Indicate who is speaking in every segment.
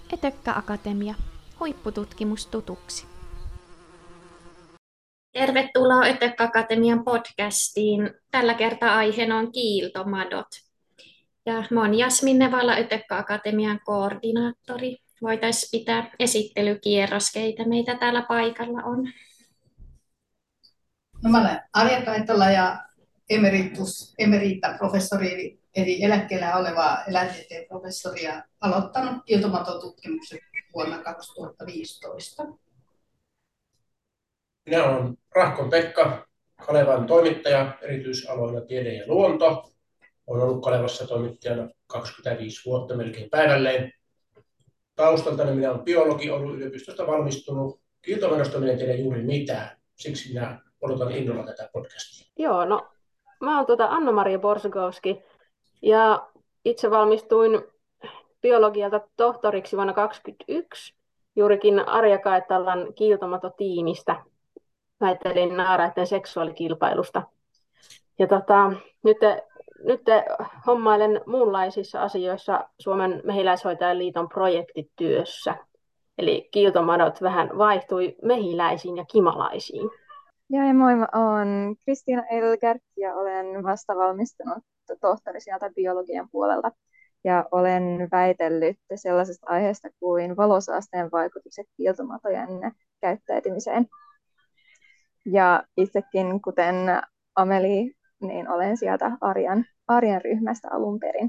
Speaker 1: Etökkä Akatemia. Huippututkimus tutuksi.
Speaker 2: Tervetuloa Ötökkä Akatemian podcastiin. Tällä kertaa aiheena on kiiltomadot. Ja mä oon Jasmin Nevala, Ötökkä Akatemian koordinaattori. Voitaisiin pitää esittelykierros, keitä meitä täällä paikalla on.
Speaker 3: No, mä olen Arja Kaitala ja emerita-professori, eli eläkkeellä oleva eläintieteen professoria, aloittanut kiiltomatotutkimuksen vuonna 2015.
Speaker 4: Minä olen Rahkon Pekka, Kalevan toimittaja erityisaloilla tiede ja luonto. Olen ollut Kalevassa toimittajana 25 vuotta melkein päivälleen. Taustaltani minä olen biologi, ollut yliopistosta valmistunut. Kiiltomadosta minä en tiedä juuri mitään, siksi minä odotan innolla tätä podcastia.
Speaker 5: Joo, no mä oon Anna-Maria Borzygowski ja itse valmistuin biologialta tohtoriksi vuonna 2021 juurikin Arja Kaitalan kiiltomatotiimistä. Väittelin naaraiden seksuaalikilpailusta. Ja nyt hommailen muunlaisissa asioissa Suomen mehiläishoitajan liiton projektityössä. Eli kiiltomadot vähän vaihtui mehiläisiin ja kimalaisiin.
Speaker 6: Ja moi, mä oon Kristiina Elgert ja olen vasta valmistunut tohtori sieltä biologian puolelta. Ja olen väitellyt sellaisesta aiheesta kuin valosaasteen vaikutukset kiiltomatojen käyttäytymiseen. Ja itsekin, kuten Ameli, niin olen sieltä Arjan ryhmästä alun perin.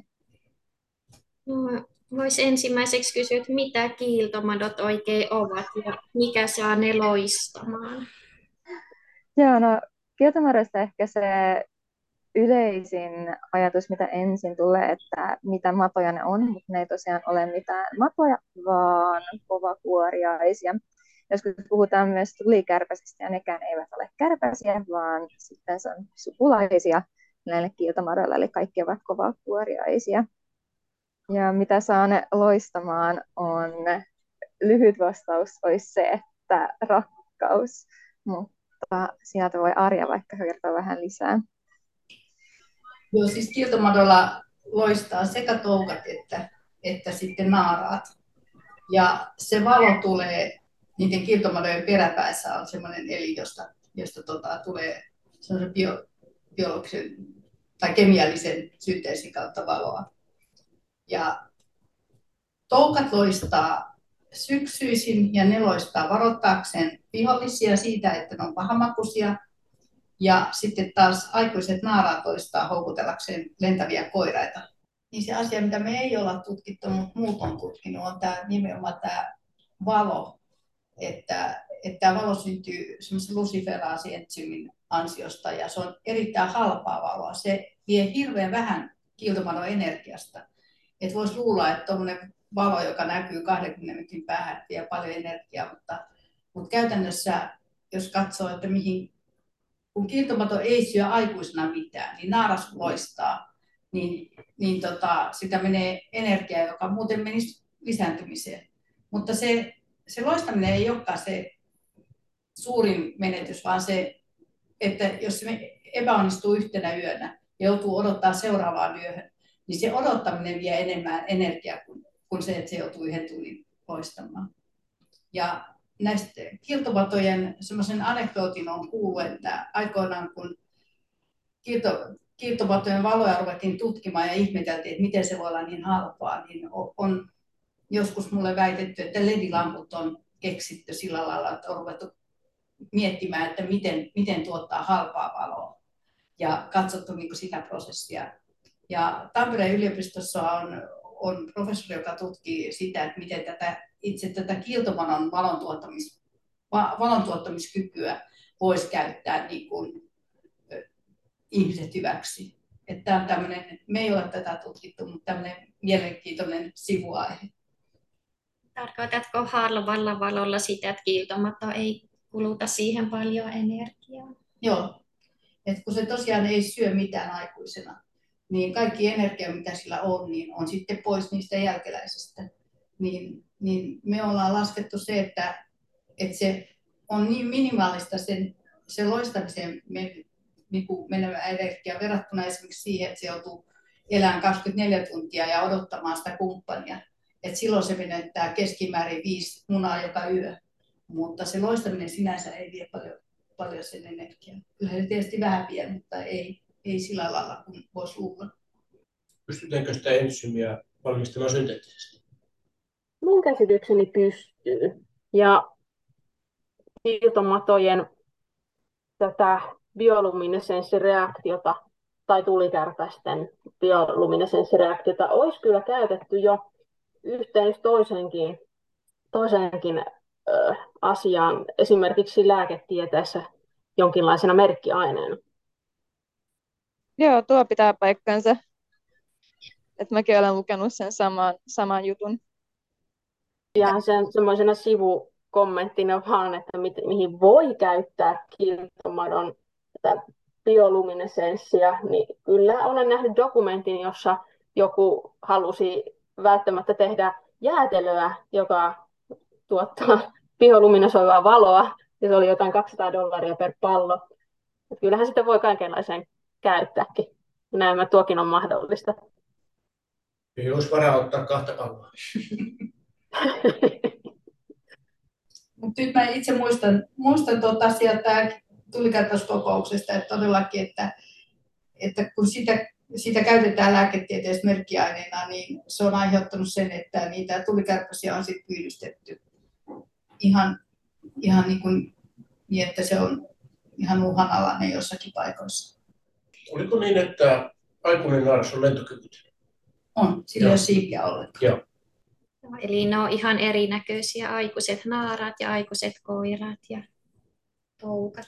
Speaker 2: Voisi ensimmäiseksi kysyä, että mitä kiiltomadot oikein ovat ja mikä saa ne loistamaan?
Speaker 6: Joo, no kiiltomadoista ehkä se yleisin ajatus, mitä ensin tulee, että mitä matoja ne on, mutta ne ei tosiaan ole mitään matoja, vaan kovakuoriaisia. Joskus puhutaan myös tulikärpäsistä, ja nekään eivät ole kärpäsiä, vaan sitten se on sukulaisia näille kiiltomadoille, eli kaikki ovat kovakuoriaisia. Ja mitä saa ne loistamaan on, lyhyt vastaus olisi se, että rakkaus, mutta sieltä voi Arja vaikka kertoa vähän lisää.
Speaker 3: Joo, siis kiiltomadolla loistaa sekä toukat että sitten naaraat. Ja se valo tulee, niiden kiiltomadojen peräpäässä on semmoinen elin, josta tulee semmoisen biologisen tai kemiallisen synteesin kautta valoa. Ja toukat loistaa syksyisin ja ne loistaa varoittaakseen vihollisia siitä, että ne on pahamakuisia. Ja sitten taas aikuiset naaraat loistaa houkutellakseen lentäviä koiraita. Niin se asia, mitä me ei olla tutkittu, mutta muut on tutkinut, on nimenomaan tämä valo. Että tämä valo syntyy semmoisen luciferaasi-entsyymin ansiosta ja se on erittäin halpaa valoa. Se vie hirveän vähän kiiltomadon energiasta. Että voisi luulla, että tuommoinen valo, joka näkyy 20 minuutin päähän, vie paljon energiaa, mutta käytännössä, jos katsoo, että kun kiiltomato ei syö aikuisena mitään, niin naaras loistaa, niin sitä menee energiaa, joka muuten menisi lisääntymiseen. Mutta se loistaminen ei olekaan se suurin menetys, vaan se, että jos se epäonnistuu yhtenä yönä ja joutuu odottaa seuraavaan yöhön, niin se odottaminen vie enemmän energiaa kuin se, että se joutuu yhden tunnin loistamaan. Ja näistä kiiltomatojen semmoisen anekdootin on kuullut, että aikoinaan kun kiiltomatojen valoja ruvettiin tutkimaan ja ihmeteltiin, että miten se voi olla niin halpaa, niin on joskus mulle väitetty, että LED-lamput on keksitty sillä lailla, että on ruvettu miettimään, että miten tuottaa halpaa valoa ja katsottu niin kuin sitä prosessia. Ja Tampereen yliopistossa on professori, joka tutkii sitä, että miten itse tätä kiiltomadon valontuottamiskykyä voisi käyttää niin kuin ihmiset hyväksi. Että me ei ole tätä tutkittu, mutta tämmöinen mielenkiintoinen sivuaihe.
Speaker 2: Tarkoitatko halvalla valolla sitä, että kiiltomato ei kuluta siihen paljon energiaa?
Speaker 3: Joo, että kun se tosiaan ei syö mitään aikuisena, niin kaikki energia, mitä sillä on, niin on sitten pois niistä jälkeläisistä. Niin me ollaan laskettu se, että se on niin minimaalista se loistamiseen menevä energia verrattuna esimerkiksi siihen, että se joutuu elämään 24 tuntia ja odottamaan sitä kumppania. että silloin se menettää keskimäärin 5 munaa joka yö. Mutta se loistaminen sinänsä ei vie paljon sen energiaa. Kyllä se tietysti vähän vie, mutta ei sillä lailla kuin voisi luulla.
Speaker 4: Pystytäänkö sitä ensyymiä valmistamaan synteettisesti?
Speaker 5: Mun käsitykseni pystyy. Ja kiiltomatojen tätä bioluminescenssireaktiota tai tulikärpästen bioluminescenssireaktiota olisi kyllä käytetty jo yhteen toiseenkin asiaan, esimerkiksi lääketieteessä jonkinlaisena merkkiaineena.
Speaker 6: Joo, tuo pitää paikkansa. Että mäkin olen lukenut sen saman jutun.
Speaker 5: Ja sen semmoisena sivukommenttina vaan, että mihin voi käyttää kiiltomadon bioluminescenssia, niin kyllä olen nähnyt dokumentin, jossa joku halusi välttämättä tehdä jäätelöä, joka tuottaa bioluminosoivaa valoa, ja se oli jotain $200 per pallo. Et kyllähän sitä voi kaikenlaiseen käyttääkin. Näemmä tuokin on mahdollista.
Speaker 4: Ei olisi varaa ottaa 2 palloa.
Speaker 3: Mutta nyt mä itse muistan sieltä tulikärpäskokouksesta, että todellakin, että kun sitä käytetään lääketieteessä merkkiaineena, niin se on aiheuttanut sen, että niitä tulikärpäsiä on sitten pyydystetty ihan niin, että se on ihan uhanalainen jossakin paikoissa.
Speaker 4: Oliko niin, että aikuinen naaras on lentokyvytön?
Speaker 3: On, sillä ei ole siipiä ollenkaan.
Speaker 4: Joo.
Speaker 2: Eli ne on ihan erinäköisiä, aikuiset naarat ja aikuiset koirat ja toukat.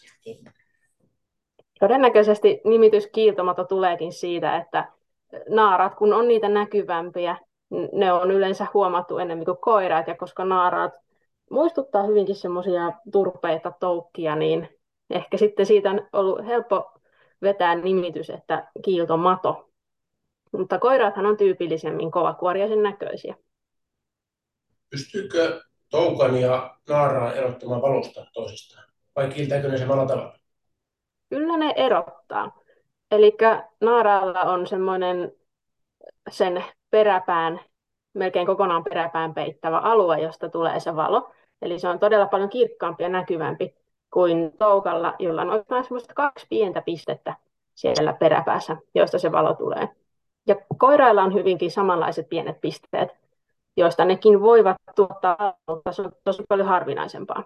Speaker 5: Todennäköisesti nimitys kiiltomato tuleekin siitä, että naarat, kun on niitä näkyvämpiä, ne on yleensä huomattu enemmän kuin koirat, ja koska naaraat muistuttaa hyvinkin semmoisia turpeita, toukkia, niin ehkä sitten siitä on ollut helppo vetää nimitys, että kiiltomato. Mutta koirathan on tyypillisemmin kovakuoriaisen näköisiä.
Speaker 4: Pystyykö toukan ja naaraan erottamaan valosta toisistaan? Vai kiiltääkö ne samalla tavalla?
Speaker 5: Kyllä ne erottaa. Eli naaraalla on semmoinen sen peräpään, melkein kokonaan peräpään peittävä alue, josta tulee se valo. Eli se on todella paljon kirkkaampi ja näkyvämpi kuin toukalla, jolla on oikeastaan semmoista 2 pientä pistettä siellä peräpäässä, josta se valo tulee. Ja koirailla on hyvinkin samanlaiset pienet pisteet, joista nekin voivat tuottaa, mutta se on tosi paljon harvinaisempaa.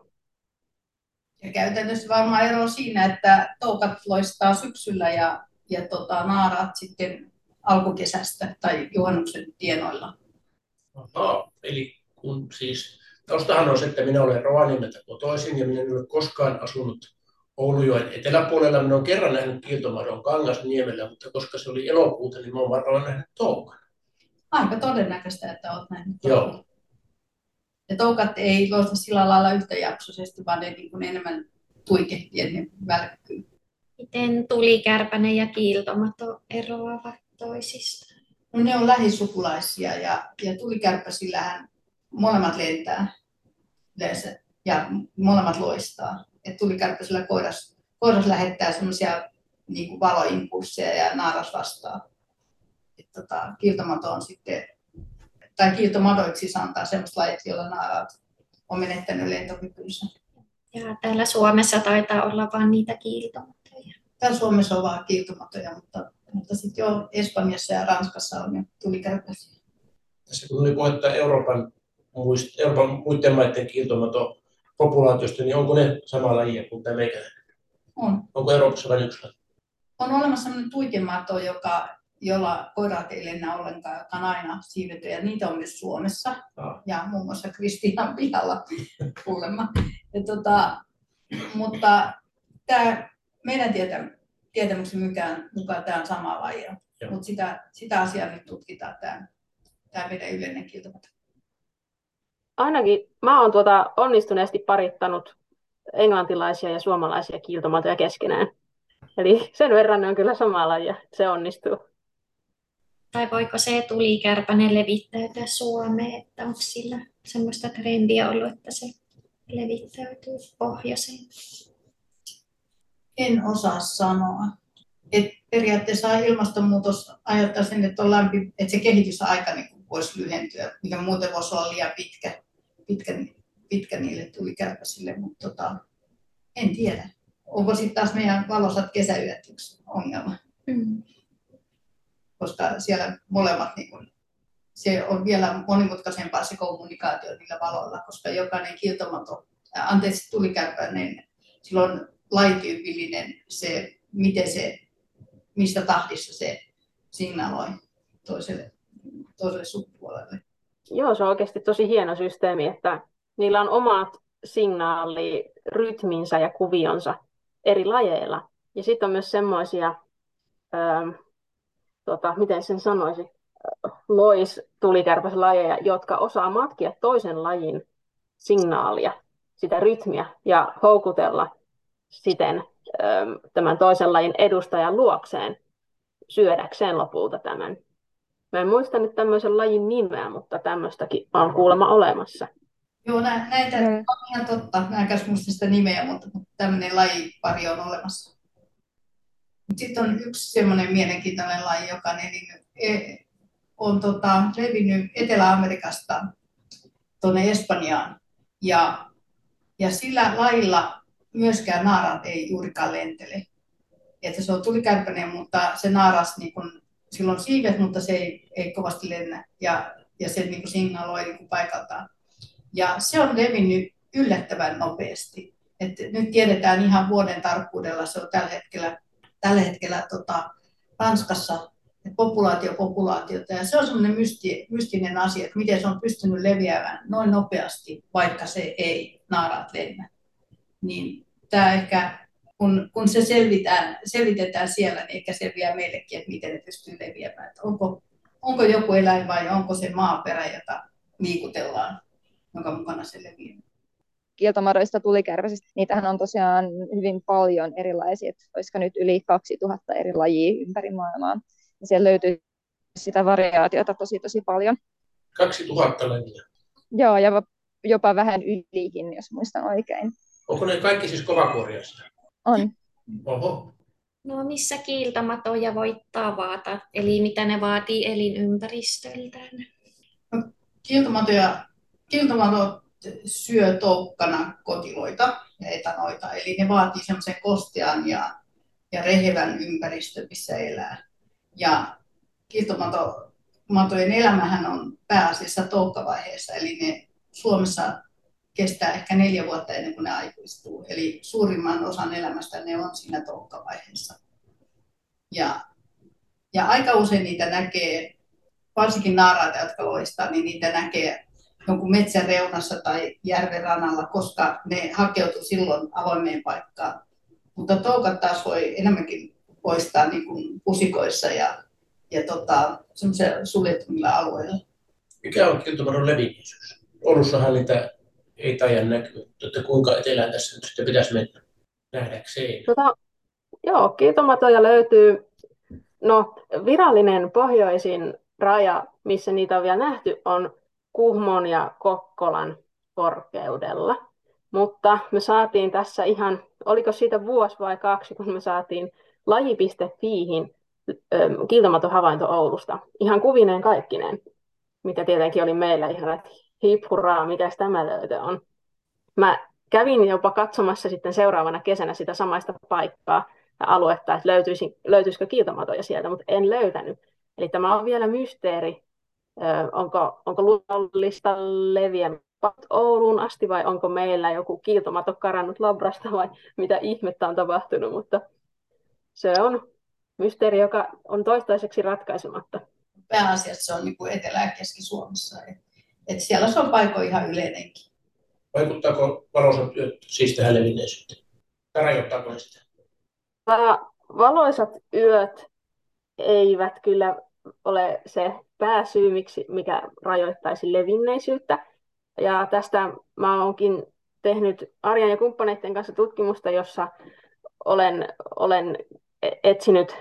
Speaker 3: Ja käytännössä varmaan ero siinä, että toukat loistaa syksyllä ja naaraat sitten alkukesästä tai juhannuksen tienoilla.
Speaker 4: Aha, eli kun siis taustahan on se, että minä olen Rovaniemeltä kotoisin ja minä en ole koskaan asunut Oulujoen eteläpuolella. Minä olen kerran nähnyt kiiltomadon Kangasniemellä, mutta koska se oli elokuuta, niin minä olen varmaan nähnyt toukan.
Speaker 3: Aika todennäköistä, että olet nähnyt
Speaker 4: toukan.
Speaker 3: Joo. Ja toukat ei loista sillä lailla yhtäjaksoisesti, vaan ne niin kuin enemmän tuikehtien ne välkkyy.
Speaker 2: Miten tulikärpänen ja kiiltomato eroavat toisistaan?
Speaker 3: No, ne on lähisukulaisia ja tulikärpäsillähän molemmat lentää yleensä ja molemmat loistaa. Et tulikärpäsillä koiras lähettää semmoisia niin kuin valoimpulsseja ja naaras vastaa. Kiiltomato on sitten, tai kiiltomadoiksi sanotaan semmoista lajit, joilla naaraat on menettänyt lentokykynsä.
Speaker 2: Ja täällä Suomessa taitaa olla vain niitä kiiltomatoja.
Speaker 3: Täällä Suomessa on vain kiiltomatoja, mutta sitten jo Espanjassa ja Ranskassa on jo tulikärpäsiä.
Speaker 4: Tässä kun tuli puhetta Euroopan muiden maiden kiiltomatopopulaatiosta, niin onko ne sama lajia kuin tämä meikäläinen?
Speaker 3: On.
Speaker 4: Onko Euroopassa vain yksi laji?
Speaker 3: On olemassa sellainen tuikemato, jolla koiraat ei lennä ollenkaan, joka on aina siirretty, ja niitä on myös Suomessa ja muun muassa Kristiinan pihalla kuulemma. Mutta tämä meidän tietämyksen mukaan tämä on sama laji, mutta sitä asiaa nyt tutkitaan tämä meidän yleinen kiiltomato.
Speaker 5: Ainakin mä oon onnistuneesti parittanut englantilaisia ja suomalaisia kiiltomatoja keskenään. Eli sen verran ne on kyllä sama laji ja se onnistuu.
Speaker 2: Tai voiko se tulikärpänen levittäytyä Suomeen, että onko sillä semmoista trendiä ollut, että se levittäytyy pohjoiseen?
Speaker 3: En osaa sanoa. Periaatteessa ilmastonmuutos aiheuttaa sen, että se kehitys on aika niin kuin voisi lyhentyä, mikä muuten voisi olla liian pitkä niille tulikärpäsille, mutta en tiedä. Onko sitten taas meidän valoisat kesäyöt yksi ongelma? Koska siellä molemmat, niin kun, se on vielä monimutkaisempaa se kommunikaatio niillä valoilla, koska jokainen tulikärpä, niin sillä on lajityypillinen se, mistä tahdissa se signaaloi toiselle sukupuolelle.
Speaker 5: Joo, se on oikeasti tosi hieno systeemi, että niillä on omat signaalirytminsä ja kuvionsa eri lajeilla. Ja sitten on myös semmoisia, miten sen sanoisi, loistulikärpäslajeja, jotka osaa matkia toisen lajin signaalia, sitä rytmiä ja houkutella siten tämän toisen lajin edustajan luokseen syödäkseen lopulta tämän. Mä en muista nyt tämmöisen lajin nimeä, mutta tämmöistäkin on kuulemma olemassa.
Speaker 3: Joo, näitä on ihan totta. Mä en muista sitä nimeä, mutta tämmöinen lajipari on olemassa. Sitten on yksi semmoinen mielenkiintoinen laji, joka on levinnyt Etelä-Amerikasta tuonne Espanjaan. Ja sillä lajilla myöskään naarat ei juurikaan lentele. Että se on tulikärpäinen, mutta se naaras, niin kun, sillä on siivet, mutta se ei kovasti lennä ja se niin signaaloi niin paikaltaan. Ja se on levinnyt yllättävän nopeasti. Et nyt tiedetään ihan vuoden tarkkuudella, se on tällä hetkellä Ranskassa populaatiota. Ja se on semmoinen mystinen asia, että miten se on pystynyt leviämään noin nopeasti, vaikka se ei naaraat lennä. Niin tämä ehkä, kun se selvitetään siellä, niin ehkä selviää meillekin, että miten ne pystyy leviämään. Että onko joku eläin vai onko se maaperä, jota liikutellaan, jonka mukana se leviää.
Speaker 6: Kiiltomadoista tulikärpäsistä, niitähän on tosiaan hyvin paljon erilaisia, olisiko nyt yli 2000 eri lajia ympäri maailmaa. Ja siellä löytyy sitä variaatiota tosi paljon.
Speaker 4: 2000 lajia?
Speaker 6: Joo, ja jopa vähän ylikin, jos muistan oikein.
Speaker 4: Onko ne kaikki siis kovakuoriaisia?
Speaker 6: On.
Speaker 4: Oho.
Speaker 2: No missä kiiltomatoja voi tavata, eli mitä ne vaatii elinympäristöltään?
Speaker 3: No, kiiltomatot syö toukkana kotiloita ja etanoita, eli ne vaatii semmoisen kostean ja rehevän ympäristön, missä elää. Ja kiiltomatojen elämähän on pääasiassa toukkavaiheessa, eli ne Suomessa kestää ehkä 4 vuotta ennen kuin ne aikuistuu. Eli suurimman osan elämästä ne on siinä toukkavaiheessa. Ja aika usein niitä näkee, varsinkin naaraita, jotka loistaa, niin niitä näkee jonkun metsän reunassa tai järven rannalla, koska ne hakeutuu silloin avoimeen paikkaan. Mutta toukat taas voi enemmänkin loistaa niin kuin pusikoissa ja semmoisilla suljetumilla alueilla. Mikä
Speaker 4: on kiiltomadon levinneisyys? Oulussahan niitä ei taida näkyä, että kuinka etelään tässä nyt sitten pitäisi mennä nähdäkseen?
Speaker 5: Joo, kiiltomatoja löytyy. No, virallinen pohjoisin raja, missä niitä on vielä nähty, on Kuhmon ja Kokkolan korkeudella. Mutta me saatiin tässä ihan, oliko siitä vuosi vai 2, kun me saatiin laji.fiihin kiiltomatohavainto Oulusta. Ihan kuvineen kaikkineen, mikä tietenkin oli meillä ihan, että hip hurraa, mikäs tämä löytö on. Mä kävin jopa katsomassa sitten seuraavana kesänä sitä samaista paikkaa ja aluetta, että löytyisikö kiiltomatoja sieltä, mutta en löytänyt. Eli tämä on vielä mysteeri, onko luonnollista leviämään Ouluun asti vai onko meillä joku kiiltomato karannut labrasta vai mitä ihmettä on tapahtunut, mutta se on mysteeri, joka on toistaiseksi ratkaisematta.
Speaker 3: Pääasiassa se on niin kuin Etelä- ja Keski-Suomessa, että siellä se on paikoin ihan yleinenkin.
Speaker 4: Vaikuttaako valoisat yöt siis tähän levinneisyyteen? Tai rajoittaako ne sitä?
Speaker 5: Valoisat yöt eivät kyllä ole se pääsyy, mikä rajoittaisi levinneisyyttä. Ja tästä mä oonkin tehnyt Arjan ja kumppaneiden kanssa tutkimusta, jossa olen etsinyt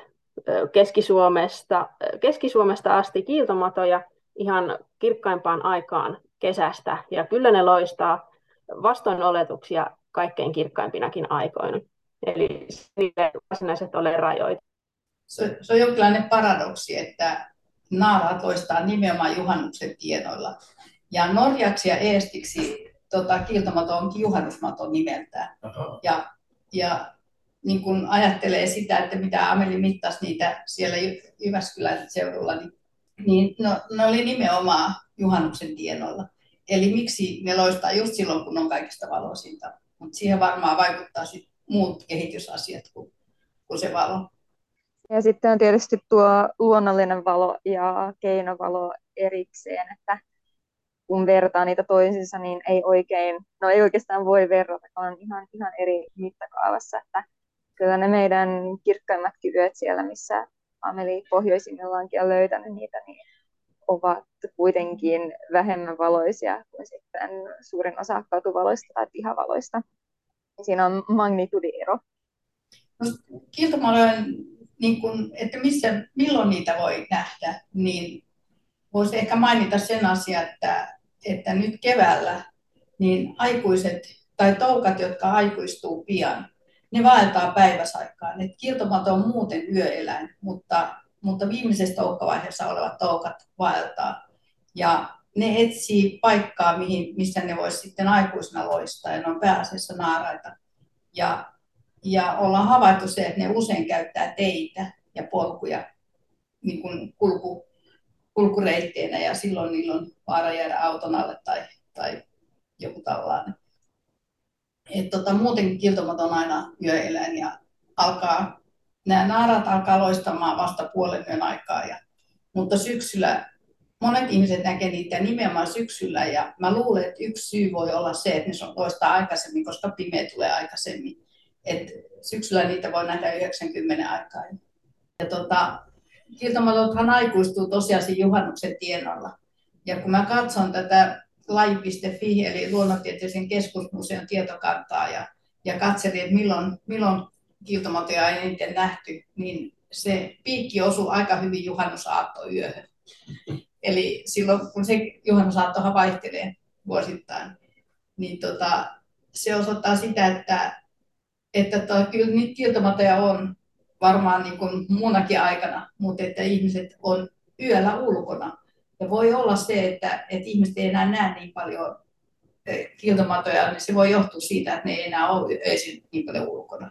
Speaker 5: Keski-Suomesta asti kiiltomatoja ihan kirkkaimpaan aikaan kesästä. Ja kyllä ne loistaa vastoin oletuksia kaikkein kirkkaimpinakin aikoina. Eli niille varsinaiset ole rajoita.
Speaker 3: Se on jonkinlainen paradoksi, että naaraat loistaa nimenomaan juhannuksen tienoilla. Ja norjaksi ja eestiksi kiiltomato onkin juhannusmato nimeltään. Ja niin kun ajattelee sitä, että mitä Ameli mittasi niitä siellä Jyväskylän seudulla, niin ne oli nimenomaan juhannuksen tienoilla. Eli miksi ne loistaa just silloin, kun on kaikista valoisinta. Mutta siihen varmaan vaikuttaa sit muut kehitysasiat kuin se valo.
Speaker 6: Ja sitten on tietysti tuo luonnollinen valo ja keinovalo erikseen, että kun vertaa niitä toisiinsa, niin ei oikeastaan voi verrata, on ihan eri mittakaavassa. Että kyllä ne meidän kirkkaimmatkin yöt siellä, missä Ameli pohjoisimmillaankin on löytänyt niitä, niin ovat kuitenkin vähemmän valoisia kuin sitten suurin osa katuvaloista tai pihavaloista. Siinä on magnitudiero.
Speaker 3: No, kiiltomalojen, että milloin niitä voi nähdä, niin voisi ehkä mainita sen asian, että nyt keväällä niin aikuiset tai toukat, jotka aikuistuu pian, ne vaeltaa päiväsaikaan. Kiiltomato on muuten yöeläin, mutta viimeisessä toukkavaiheessa olevat toukat vaeltaa. Ja ne etsii paikkaa, missä ne voisi sitten aikuisena loistaa, ja ne on pääasiassa naaraita. Ja ollaan havaittu se, että ne usein käyttää teitä ja polkuja niin kuin kulkureitteinä, ja silloin niillä on vaara jäädä auton alle tai joku tällainen. Muutenkin kiiltomato on aina yöeläin ja nämä naarat alkaa loistamaan vasta puolen yön aikaa. Mutta syksyllä monet ihmiset näkee niitä nimenomaan syksyllä, ja mä luulen, että yksi syy voi olla se, että ne loistaa aikaisemmin, koska pimeä tulee aikaisemmin. Syksyllä niitä voi nähdä 90 aikaa. Kiiltomatothan aikuistuu tosiaan juhannuksen tienoilla. Ja kun mä katson tätä laji.fi eli Luonnontieteellisen keskusmuseon tietokantaa ja katselin, että milloin kiiltomatoja ei eniten nähty, niin se piikki osui aika hyvin juhannusaattoyöhön. Eli silloin, kun se juhannusaattohan vaihtelee vuosittain, niin se osoittaa sitä, että kyllä niitä kiiltomatoja on varmaan niin kuin muunakin aikana, mutta että ihmiset on yöllä ulkona. Ja voi olla se, että ihmiset ei enää näe niin paljon kiiltomatoja, niin se voi johtua siitä, että ne ei enää ole öisin niin paljon ulkona.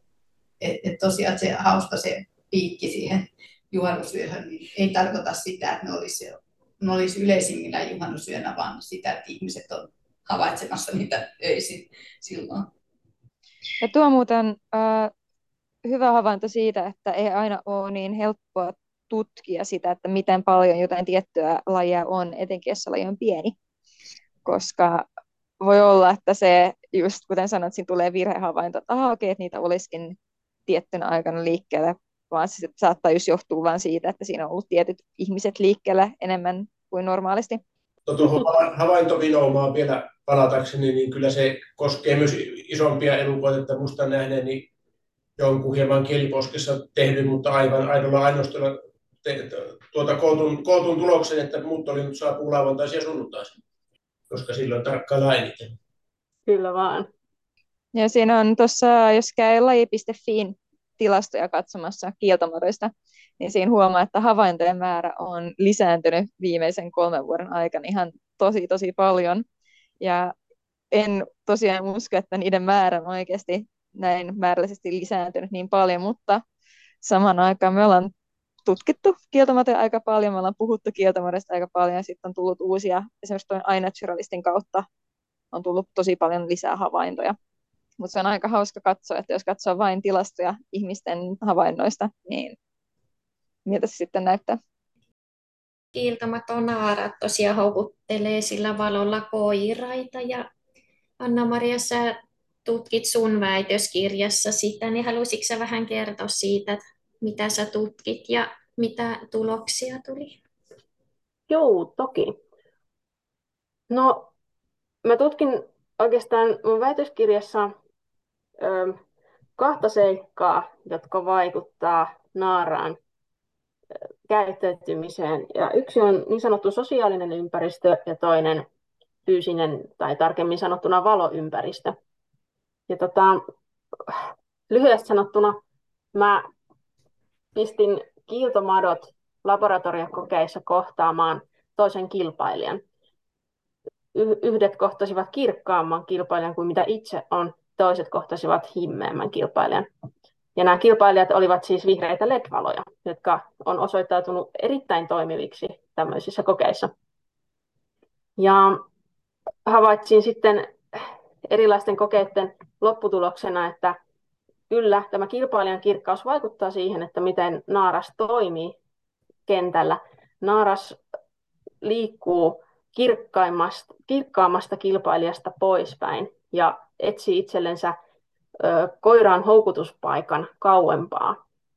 Speaker 3: Tosiaan se hauska se piikki siihen juhannusyöhön, niin ei tarkoita sitä, että ne olisi yleisimmillään juhannusyönä, vaan sitä, että ihmiset on havaitsemassa niitä öisin silloin.
Speaker 6: Ja tuo muuten hyvä havainto siitä, että ei aina ole niin helppoa tutkia sitä, että miten paljon jotain tiettyä lajia on, etenkin jos se laji on pieni. Koska voi olla, että se, just kuten sanoit, siinä tulee virhehavainto, että okei, että niitä olisikin tiettynä aikana liikkeellä, vaan se saattaa just johtua vain siitä, että siinä on ollut tietyt ihmiset liikkeellä enemmän kuin normaalisti.
Speaker 4: Tuohon havaintovinoumaan vielä palatakseni, niin kyllä se koskee myös isompia elukoita, että musta nähneeni jonkun hieman kieliposkessa tehdyn, mutta aivan aidolla ainoastaan kootun tuloksen, että muuttolinnut saapuu lauantaisin ja sunnuntaisin, koska silloin tarkkaillaan eniten.
Speaker 5: Kyllä vaan.
Speaker 6: Ja siinä on tuossa, jos käy laji.fiin tilastoja katsomassa kiiltomatoista, niin siinä huomaa, että havaintojen määrä on lisääntynyt viimeisen 3 vuoden aikana ihan tosi paljon. Ja en tosiaan usko, että niiden määrä on oikeasti näin määrällisesti lisääntynyt niin paljon, mutta samaan aikaan me ollaan tutkittu kiiltomatoja aika paljon, me ollaan puhuttu kiiltomadoista aika paljon, ja sitten on tullut uusia, esimerkiksi tuon iNaturalistin kautta on tullut tosi paljon lisää havaintoja. Mutta se on aika hauska katsoa, että jos katsoo vain tilastoja ihmisten havainnoista, niin miltä se sitten näyttää?
Speaker 2: Kiiltomatonaarat tosiaan houkuttelee sillä valolla koiraita, ja Anna-Maria, sä tutkit sun väitöskirjassa sitä, niin haluaisitko sä vähän kertoa siitä, mitä sä tutkit ja mitä tuloksia tuli?
Speaker 5: Joo, toki. No, mä tutkin oikeastaan mun väitöskirjassa 2 seikkaa, jotka vaikuttaa naaraan käyttäytymiseen. Ja yksi on niin sanottu sosiaalinen ympäristö ja toinen fyysinen tai tarkemmin sanottuna valoympäristö. Ja lyhyesti sanottuna mä pistin kiiltomadot laboratoriokokeissa kohtaamaan toisen kilpailijan. Yhdet kohtasivat kirkkaamman kilpailijan kuin mitä itse on, toiset kohtasivat himmeämmän kilpailijan. Ja nämä kilpailijat olivat siis vihreitä LED-valoja, jotka on osoittautunut erittäin toimiviksi tämmöisissä kokeissa. Ja havaitsin sitten erilaisten kokeiden lopputuloksena, että kyllä tämä kilpailijan kirkkaus vaikuttaa siihen, että miten naaras toimii kentällä. Naaras liikkuu kirkkaammasta kilpailijasta poispäin ja etsii itsellensä koiraan houkutuspaikan kauempaa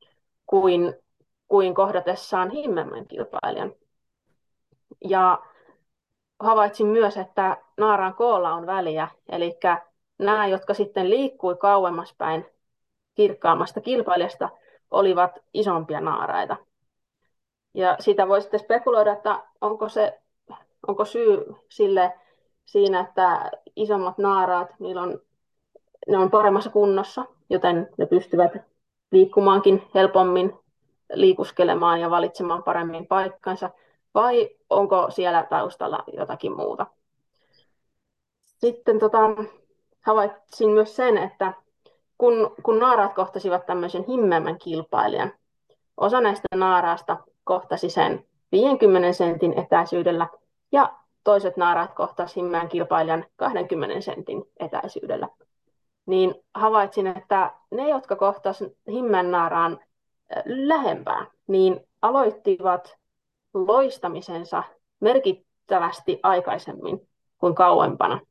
Speaker 5: kuin kohdatessaan himmemmän kilpailijan. Ja havaitsin myös, että naaraan koolla on väliä, eli nämä, jotka sitten liikkui kauemmas päin kirkkaammasta kilpailijasta, olivat isompia naaraita. Ja sitä voi sitten spekuloida, että onko syy sille siinä, että isommat naaraat, ne on paremmassa kunnossa, joten ne pystyvät liikkumaankin helpommin, liikuskelemaan ja valitsemaan paremmin paikkansa, vai onko siellä taustalla jotakin muuta. Sitten havaitsin myös sen, että kun naaraat kohtasivat tämmöisen himmeämmän kilpailijan, osa näistä naaraasta kohtasi sen 50 sentin etäisyydellä ja toiset naaraat kohtasivat himmeän kilpailijan 20 sentin etäisyydellä. Niin havaitsin, että ne, jotka kohtasivat himmeän naaraan lähempää, niin aloittivat loistamisensa merkittävästi aikaisemmin kuin kauempana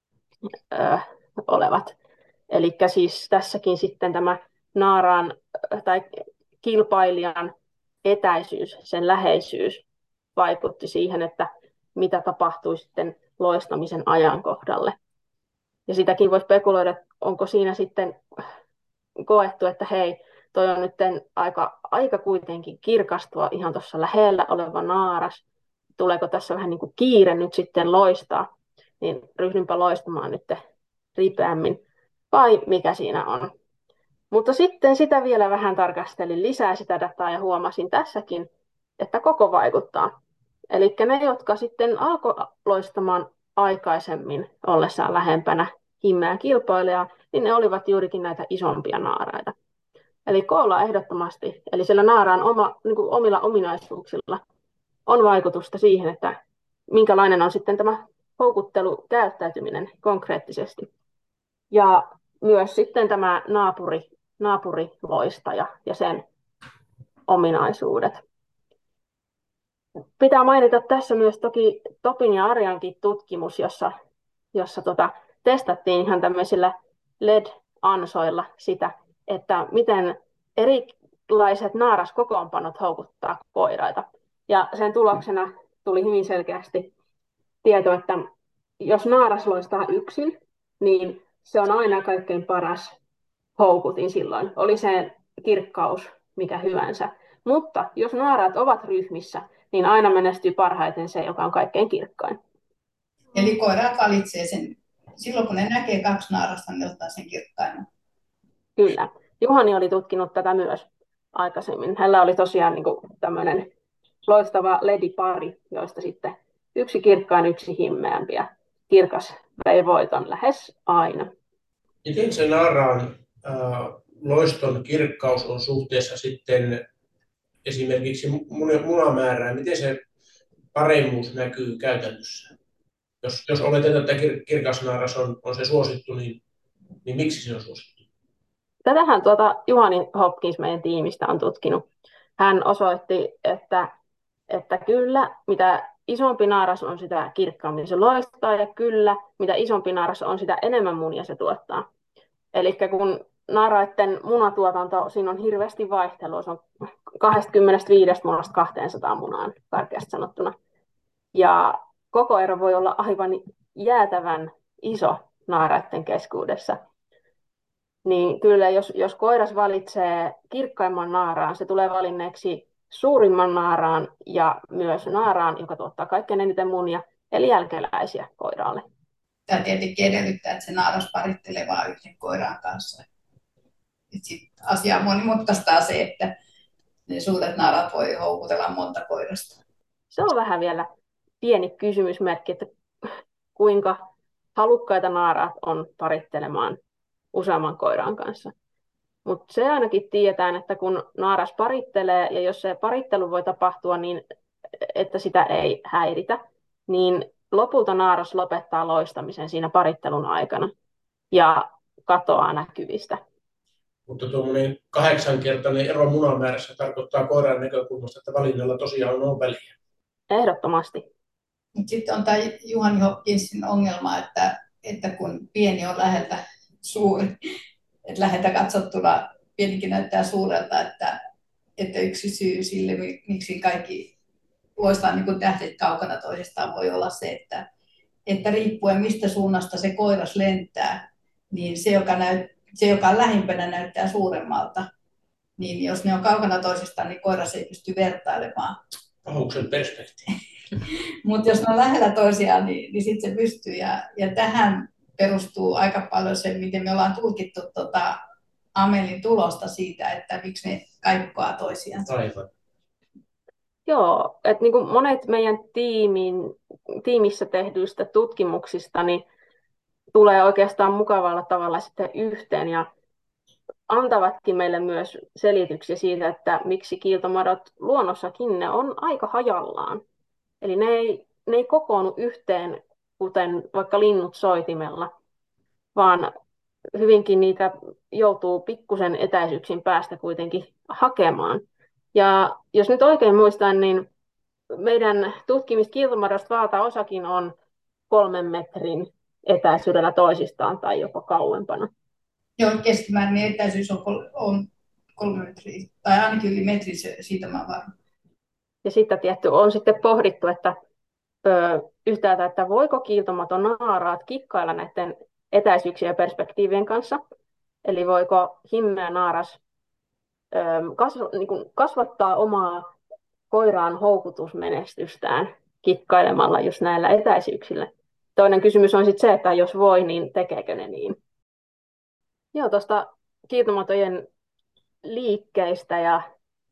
Speaker 5: olevat. Eli siis tässäkin sitten tämä naaraan tai kilpailijan etäisyys, sen läheisyys vaikutti siihen, että mitä tapahtui sitten loistamisen ajankohdalle. Ja sitäkin voi spekuloida, että onko siinä sitten koettu, että hei, toi on nyt aika kuitenkin kirkastua ihan tuossa lähellä oleva naaras. Tuleeko tässä vähän niin kuin kiire nyt sitten loistaa, niin ryhdynpä loistamaan nyt ripeämmin. Vai mikä siinä on? Mutta sitten sitä vielä vähän tarkastelin lisää sitä dataa ja huomasin tässäkin, että koko vaikuttaa. Eli ne, jotka sitten alkoi loistamaan aikaisemmin ollessaan lähempänä himmeää kilpailijaa, niin ne olivat juurikin näitä isompia naaraita. Eli koolla ehdottomasti, eli siellä naaraan omilla ominaisuuksilla on vaikutusta siihen, että minkälainen on sitten tämä houkuttelukäyttäytyminen konkreettisesti. Ja myös sitten tämä naapuriloistaja ja sen ominaisuudet. Pitää mainita tässä myös toki Topin ja Arjankin tutkimus, jossa testattiin ihan tämmöisillä LED-ansoilla sitä, että miten erilaiset naaraskokoonpanot houkuttaa koiraita. Ja sen tuloksena tuli hyvin selkeästi tieto, että jos naaras loistaa yksin, niin se on aina kaikkein paras houkutin silloin. Oli se kirkkaus mikä hyvänsä. Mutta jos naaraat ovat ryhmissä, niin aina menestyy parhaiten se, joka on kaikkein kirkkain.
Speaker 3: Eli koiraat valitsee sen. Silloin kun ne näkee kaksi naarasta, niin ottaa sen kirkkaimman.
Speaker 5: Kyllä. Juhani oli tutkinut tätä myös aikaisemmin. Hänellä oli tosiaan tämmöinen loistava ledipari, joista sitten yksi kirkkain, yksi himmeämpi ja kirkas vei voiton lähes aina.
Speaker 4: Miten se naaraan loiston kirkkaus on suhteessa sitten esimerkiksi munamäärään? Miten se paremmuus näkyy käytännössä? Jos oletetaan, että kirkas naaras on se suosittu, niin miksi se on suosittu?
Speaker 5: Tätähän Juhani Hopkins meidän tiimistä on tutkinut. Hän osoitti, että kyllä, mitä isompi naaras on, sitä kirkkaammin se loistaa, ja kyllä, mitä isompi naaras on, sitä enemmän munia se tuottaa. Eli kun naaraiden munatuotanto, siinä on hirveästi vaihtelua, se on 25 munasta 200 munaan karkeasti sanottuna. Ja koko ero voi olla aivan jäätävän iso naaraiden keskuudessa. Niin kyllä, jos koiras valitsee kirkkaimman naaraan, se tulee valinneeksi suurimman naaraan ja myös naaraan, joka tuottaa kaikkein eniten munia, eli jälkeläisiä koiraalle.
Speaker 3: Tämä tietenkin edellyttää, että se naaras parittelee vain yhden koiran kanssa. Sitten asiaa monimutkaistaa se, että ne suuret naarat voi houkutella monta koirasta.
Speaker 5: Se on vähän vielä pieni kysymysmerkki, että kuinka halukkaita naaraat on parittelemaan useamman koiran kanssa. Mutta se ainakin tiedetään, että kun naaras parittelee, ja jos se parittelu voi tapahtua niin, että sitä ei häiritä, niin lopulta naaras lopettaa loistamisen siinä parittelun aikana ja katoaa näkyvistä.
Speaker 4: Mutta tuommoinen 8-kertainen ero munamäärässä tarkoittaa koiran näkökulmasta, että valinnalla tosiaan on väliä.
Speaker 5: Ehdottomasti.
Speaker 3: Sitten on tämä Juhani Hopkinsin ongelma, että kun pieni on läheltä suuri, että läheltä katsottuna pienikin näyttää suurelta, että yksi syy sille, miksi kaikki loistaa niin kuin tähdet kaukana toisestaan, voi olla se, että riippuen mistä suunnasta se koiras lentää, niin se, joka on lähimpänä, näyttää suuremmalta. Niin jos ne on kaukana toisestaan, niin koiras ei pysty vertailemaan.
Speaker 4: Pahuksen perspektiivi.
Speaker 3: Mutta jos ne on lähellä toisiaan, niin sitten se pystyy. Ja tähän perustuu aika paljon se, miten me ollaan tulkittu Amelin tulosta siitä, että miksi ne kaikkoaa toisiaan.
Speaker 4: Aivan.
Speaker 5: Joo, että niin kuin monet meidän tiimissä tehdyistä tutkimuksista niin tulee oikeastaan mukavalla tavalla sitten yhteen ja antavatkin meille myös selityksiä siitä, että miksi kiiltomadot luonnossakin ne on aika hajallaan. Eli ne ei kokoonnu yhteen, kuten vaikka linnut soitimella, vaan hyvinkin niitä joutuu pikkusen etäisyyksin päästä kuitenkin hakemaan. Ja jos nyt oikein muistan, niin meidän tutkimista kiiltomadosta valtaosakin on 3 metrin etäisyydellä toisistaan tai jopa kauempana.
Speaker 3: Joo, keskimääräinen etäisyys on 3 metriä, tai ainakin yli metri, siitä mä varmaan.
Speaker 5: Ja sitten tietty on sitten pohdittu, että yhtäältä, että voiko kiiltomaton naaraat kikkailla näiden etäisyyksien ja perspektiivien kanssa, eli voiko himmeä naaras kasvattaa omaa koiraan houkutusmenestystään kikkailemalla just näillä etäisyyksillä. Toinen kysymys on sitten se, että jos voi, niin tekeekö ne niin? Joo, tuosta kiiltomatojen liikkeistä ja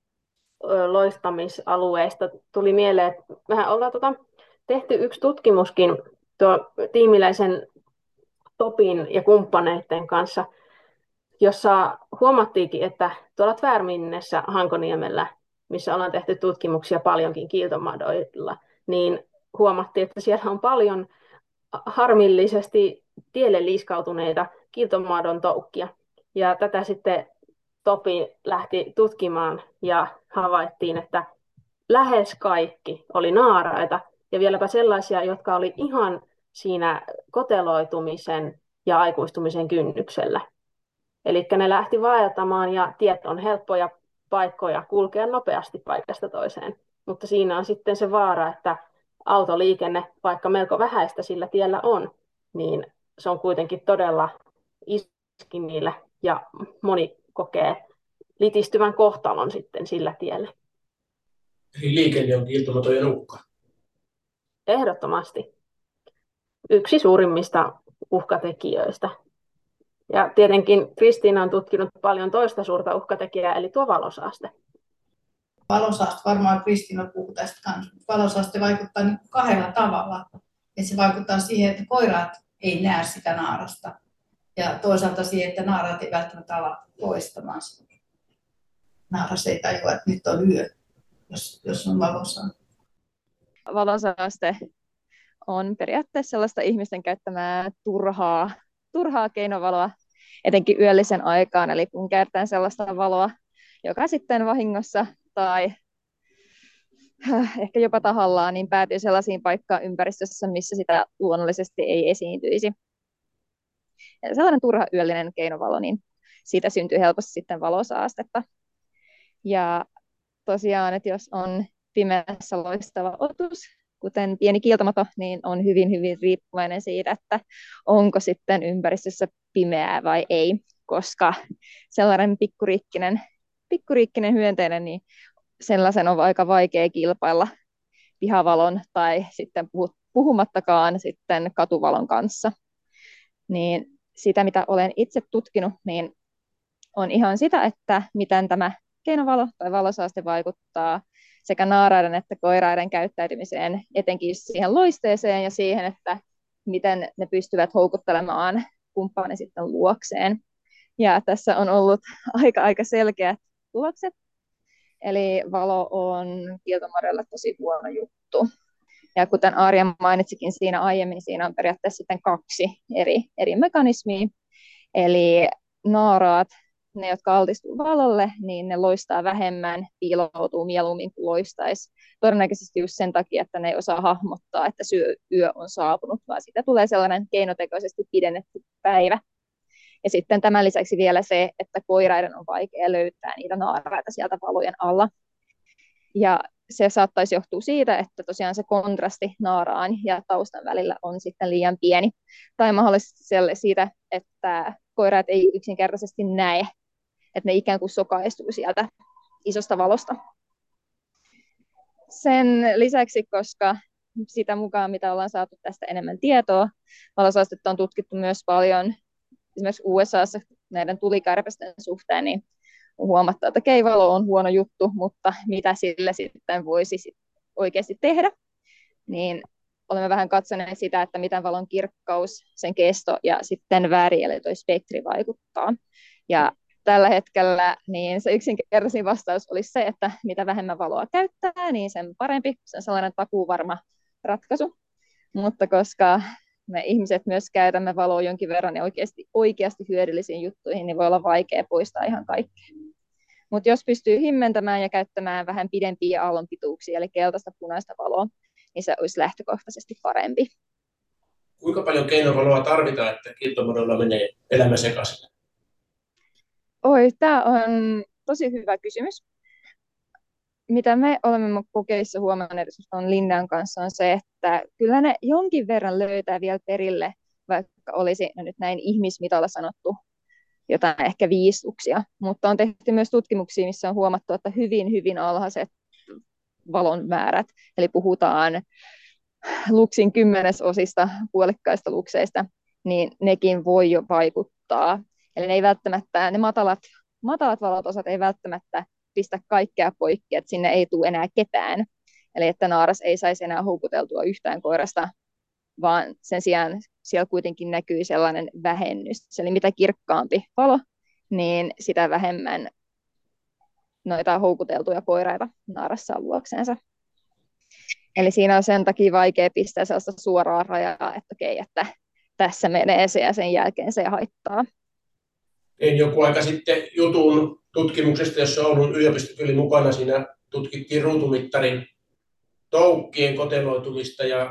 Speaker 5: loistamisalueista tuli mieleen, että mehän ollaan tehty yksi tutkimuskin tuo tiimiläisen Topin ja kumppaneiden kanssa, jossa huomattiinkin, että tuolla Tvärminnessä Hankoniemellä, missä ollaan tehty tutkimuksia paljonkin kiiltomadoilla, niin huomattiin, että siellä on paljon harmillisesti tielle liiskautuneita kiiltomadon toukkia. Ja tätä sitten Topi lähti tutkimaan ja havaittiin, että lähes kaikki oli naaraita ja vieläpä sellaisia, jotka oli ihan siinä koteloitumisen ja aikuistumisen kynnyksellä. Eli ne lähti vaeltamaan ja tiet on helppoja paikkoja kulkea nopeasti paikasta toiseen. Mutta siinä on sitten se vaara, että autoliikenne, vaikka melko vähäistä sillä tiellä on, niin se on kuitenkin todella iski niille ja moni kokee litistyvän kohtalon sitten sillä tiellä.
Speaker 4: Eli liikenne on kiiltomatojen uhka.
Speaker 5: Ehdottomasti. Yksi suurimmista uhkatekijöistä. Ja tietenkin Kristiina on tutkinut paljon toista suurta uhkatekijää, eli tuo valosaaste.
Speaker 3: Valosaaste, varmaan Kristiina puhuu tästä kanssa. Valosaaste vaikuttaa niin 2 tavalla. Ja se vaikuttaa siihen, että koiraat ei näe sitä naarasta. Ja toisaalta siihen, että naaraat ei välttämättä ala loistamaan sitä. Naaras ei tajua, että nyt on yö, jos on valosaaste.
Speaker 6: Valosaaste on periaatteessa sellaista ihmisten käyttämää turhaa keinovaloa, etenkin yöllisen aikaan, eli kun käytetään sellaista valoa, joka sitten vahingossa tai ehkä jopa tahallaan niin päätyy sellaisiin paikkaan ympäristössä, missä sitä luonnollisesti ei esiintyisi. Ja sellainen turha yöllinen keinovalo, niin siitä syntyy helposti sitten valosaastetta. Ja tosiaan, että jos on pimeässä loistava otus, kuten pieni kiiltomato, niin on hyvin, hyvin riippuvainen siitä, että onko sitten ympäristössä pimeää vai ei, koska sellainen pikkuriikkinen hyönteinen, niin sellaisen on aika vaikea kilpailla pihavalon tai sitten puhumattakaan sitten katuvalon kanssa. Niin sitä, mitä olen itse tutkinut, niin on ihan sitä, että miten tämä keinovalo tai valosaaste vaikuttaa sekä naaraiden että koiraiden käyttäytymiseen, etenkin siihen loisteeseen ja siihen, että miten ne pystyvät houkuttelemaan kumppani sitten luokseen. Ja tässä on ollut aika selkeät tulokset. Eli valo on kiiltomadelle tosi huono juttu. Ja kuten Arja mainitsikin siinä aiemmin, siinä on periaatteessa sitten kaksi eri mekanismia. Eli naaraat, ne jotka altistuu valolle, niin ne loistaa vähemmän, piiloutuu mieluummin kuin loistaisi. Todennäköisesti just sen takia, että ne ei osaa hahmottaa, että yö on saapunut, vaan siitä tulee sellainen keinotekoisesti pidennetty päivä. Ja sitten tämän lisäksi vielä se, että koiraiden on vaikea löytää niitä naaraita sieltä valojen alla. Ja se saattaisi johtua siitä, että tosiaan se kontrasti naaraan ja taustan välillä on sitten liian pieni. Tai mahdollisesti siitä, että koiraat ei yksinkertaisesti näe, että ne ikään kuin sokaistuu sieltä isosta valosta. Sen lisäksi, koska sitä mukaan, mitä ollaan saatu tästä enemmän tietoa, valosaastetta on tutkittu myös paljon esimerkiksi USAssa näiden tulikärpästen suhteen, niin on huomattu, että okei, valo on huono juttu, mutta mitä sille sitten voisi oikeasti tehdä, niin olemme vähän katsoneet sitä, että miten valon kirkkaus, sen kesto ja sitten väri, eli tuo spektri vaikuttaa. Ja tällä hetkellä niin se yksinkertaisin vastaus olisi se, että mitä vähemmän valoa käyttää, niin sen parempi. Se on sellainen takuuvarma ratkaisu. Mutta koska me ihmiset myös käytämme valoa jonkin verran ja oikeasti hyödyllisiin juttuihin, niin voi olla vaikea poistaa ihan kaikkea. Mutta jos pystyy himmentämään ja käyttämään vähän pidempiä aallonpituuksia, eli keltaista punaista valoa, niin se olisi lähtökohtaisesti parempi.
Speaker 4: Kuinka paljon keinovaloa tarvitaan, että kiiltomadolla menee elämä sekaisin?
Speaker 6: Tämä on tosi hyvä kysymys. Mitä me olemme kokeissa huomanneet on Lindan kanssa on se, että kyllä ne jonkin verran löytää vielä perille, vaikka olisi nyt näin ihmismitalla sanottu jotain ehkä viistuksia. Mutta on tehty myös tutkimuksia, missä on huomattu, että hyvin alhaiset valon määrät, eli puhutaan luksin 10-osista puolikkaista lukseista, niin nekin voi jo vaikuttaa. Eli ne ei välttämättä, ne matalat valotosat ei välttämättä pistä kaikkea poikki, että sinne ei tule enää ketään. Eli että naaras ei saisi enää houkuteltua yhtään koirasta, vaan sen sijaan siellä kuitenkin näkyy sellainen vähennys. Eli mitä kirkkaampi valo, niin sitä vähemmän noita houkuteltuja koiraita naaras saa luokseensa. Eli siinä on sen takia vaikea pistää sellaista suoraa rajaa, että okei, että tässä menee se ja sen jälkeen se haittaa.
Speaker 4: Tein joku aika sitten jutun tutkimuksesta, jossa Oulun yliopisto oli mukana. Siinä tutkittiin ruutumittarin toukkien koteloitumista ja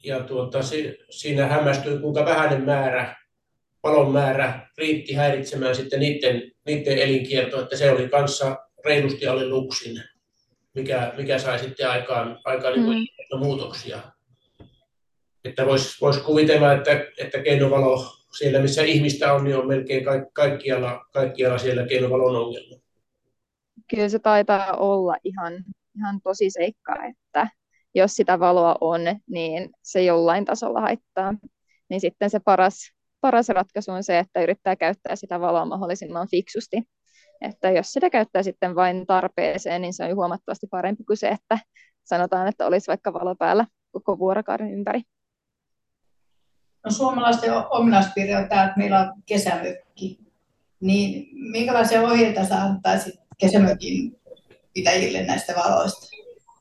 Speaker 4: siinä hämmästyi, kuinka vähäinen valon määrä riitti häiritsemään sitten niiden elinkiertoa, että se oli kanssa reilusti alle luksin, mikä sai sitten aikaan muutoksia. Että vois kuvitella, että keinovalo siellä, missä ihmistä on, niin on melkein kaikkialla siellä keinovalon ongelma. Kyllä
Speaker 6: se taitaa olla ihan tosi seikka, että jos sitä valoa on, niin se jollain tasolla haittaa. Niin sitten se paras ratkaisu on se, että yrittää käyttää sitä valoa mahdollisimman fiksusti. Että jos sitä käyttää sitten vain tarpeeseen, niin se on huomattavasti parempi kuin se, että sanotaan, että olisi vaikka valo päällä koko vuorokauden ympäri.
Speaker 3: No, suomalaisten ominaispiirre on tämä, että meillä on kesämökki. Niin minkälaisia ohjeita sä antaisit kesämökin pitäjille näistä valoista?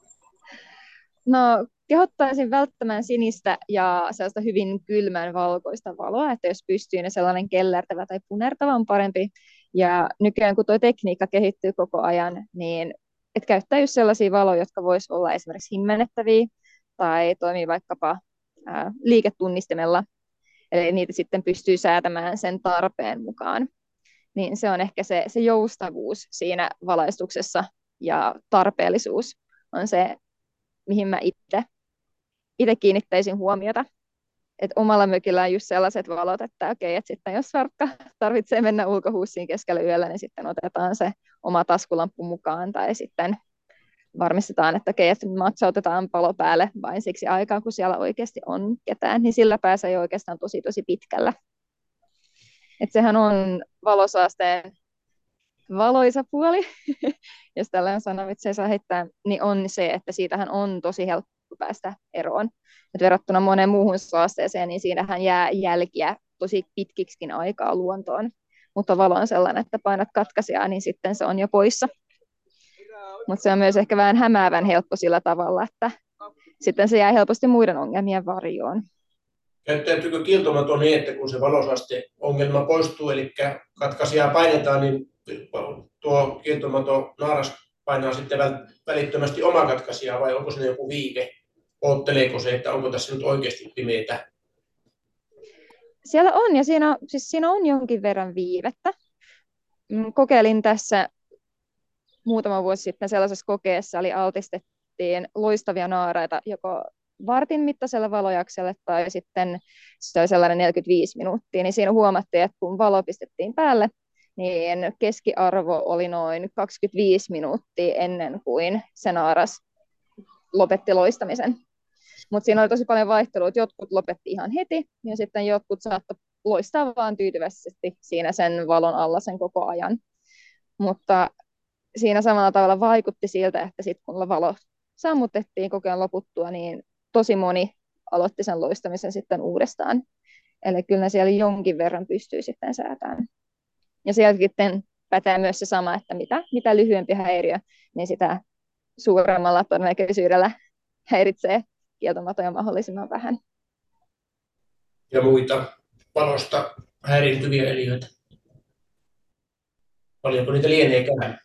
Speaker 6: No, kehottaisin välttämään sinistä ja sellaista hyvin kylmän valkoista valoa, että jos pystyy, niin sellainen kellertävä tai punertava on parempi. Ja nykyään, kun tuo tekniikka kehittyy koko ajan, niin et käyttää just sellaisia valoja, jotka voisi olla esimerkiksi himmennettäviä tai toimii vaikkapa liiketunnistimella. Eli niitä sitten pystyy säätämään sen tarpeen mukaan. Niin se on ehkä se joustavuus siinä valaistuksessa ja tarpeellisuus on se, mihin mä itse kiinnittäisin huomiota. Et omalla mökillä on just sellaiset valot, että okei, että sitten jos Sarkka tarvitsee mennä ulkohuussiin keskellä yöllä, niin sitten otetaan se oma taskulamppu mukaan tai sitten varmistetaan, että okei, että maksautetaan palo päälle vain siksi aikaa, kun siellä oikeasti on ketään, niin sillä pääsee oikeastaan tosi pitkällä. Et sehän on valosaasteen valoisa puoli, jos tällainen sanavitsi saa heittää, niin on se, että siitähän on tosi helppo päästä eroon. Et verrattuna moneen muuhun saasteeseen, niin siinähän jää jälkiä tosi pitkiksikin aikaa luontoon. Mutta valo on sellainen, että painat katkaisijaa, niin sitten se on jo poissa. Mutta se on myös ehkä vähän hämäävän helppo sillä tavalla, että sitten se jää helposti muiden ongelmien varjoon.
Speaker 4: Käyttäytyykö kiiltomato niin, että kun se valosaaste-ongelma poistuu, eli katkaisijaa painetaan, niin tuo kiiltomato naaras painaa sitten välittömästi omaa katkaisijaa, vai onko siinä joku viike? Ootteleeko se, että onko tässä nyt oikeasti pimeätä?
Speaker 6: Siellä on, ja siinä on jonkin verran viivettä. Kokeilin tässä muutama vuosi sitten sellaisessa kokeessa, eli altistettiin loistavia naaraita joko vartin mittaiselle valojakselle tai sitten se oli sellainen 45 minuuttia, niin siinä huomattiin, että kun valo pistettiin päälle, niin keskiarvo oli noin 25 minuuttia ennen kuin se naaras lopetti loistamisen. Mutta siinä oli tosi paljon vaihtelua, että jotkut lopetti ihan heti ja sitten jotkut saattoi loistaa vaan tyytyväisesti siinä sen valon alla sen koko ajan. Mutta siinä samalla tavalla vaikutti siltä, että sitten kun valo sammutettiin kokeen loputtua, niin tosi moni aloitti sen loistamisen sitten uudestaan. Eli kyllä siellä jonkin verran pystyy sitten säätämään. Ja siellä sitten pätee myös se sama, että mitä lyhyempi häiriö, niin sitä suuremmalla todennäköisyydellä häiritsee kieltomatoja mahdollisimman vähän.
Speaker 4: Ja muita valosta häiriintyviä eliöitä. Paljonko niitä lieneekään?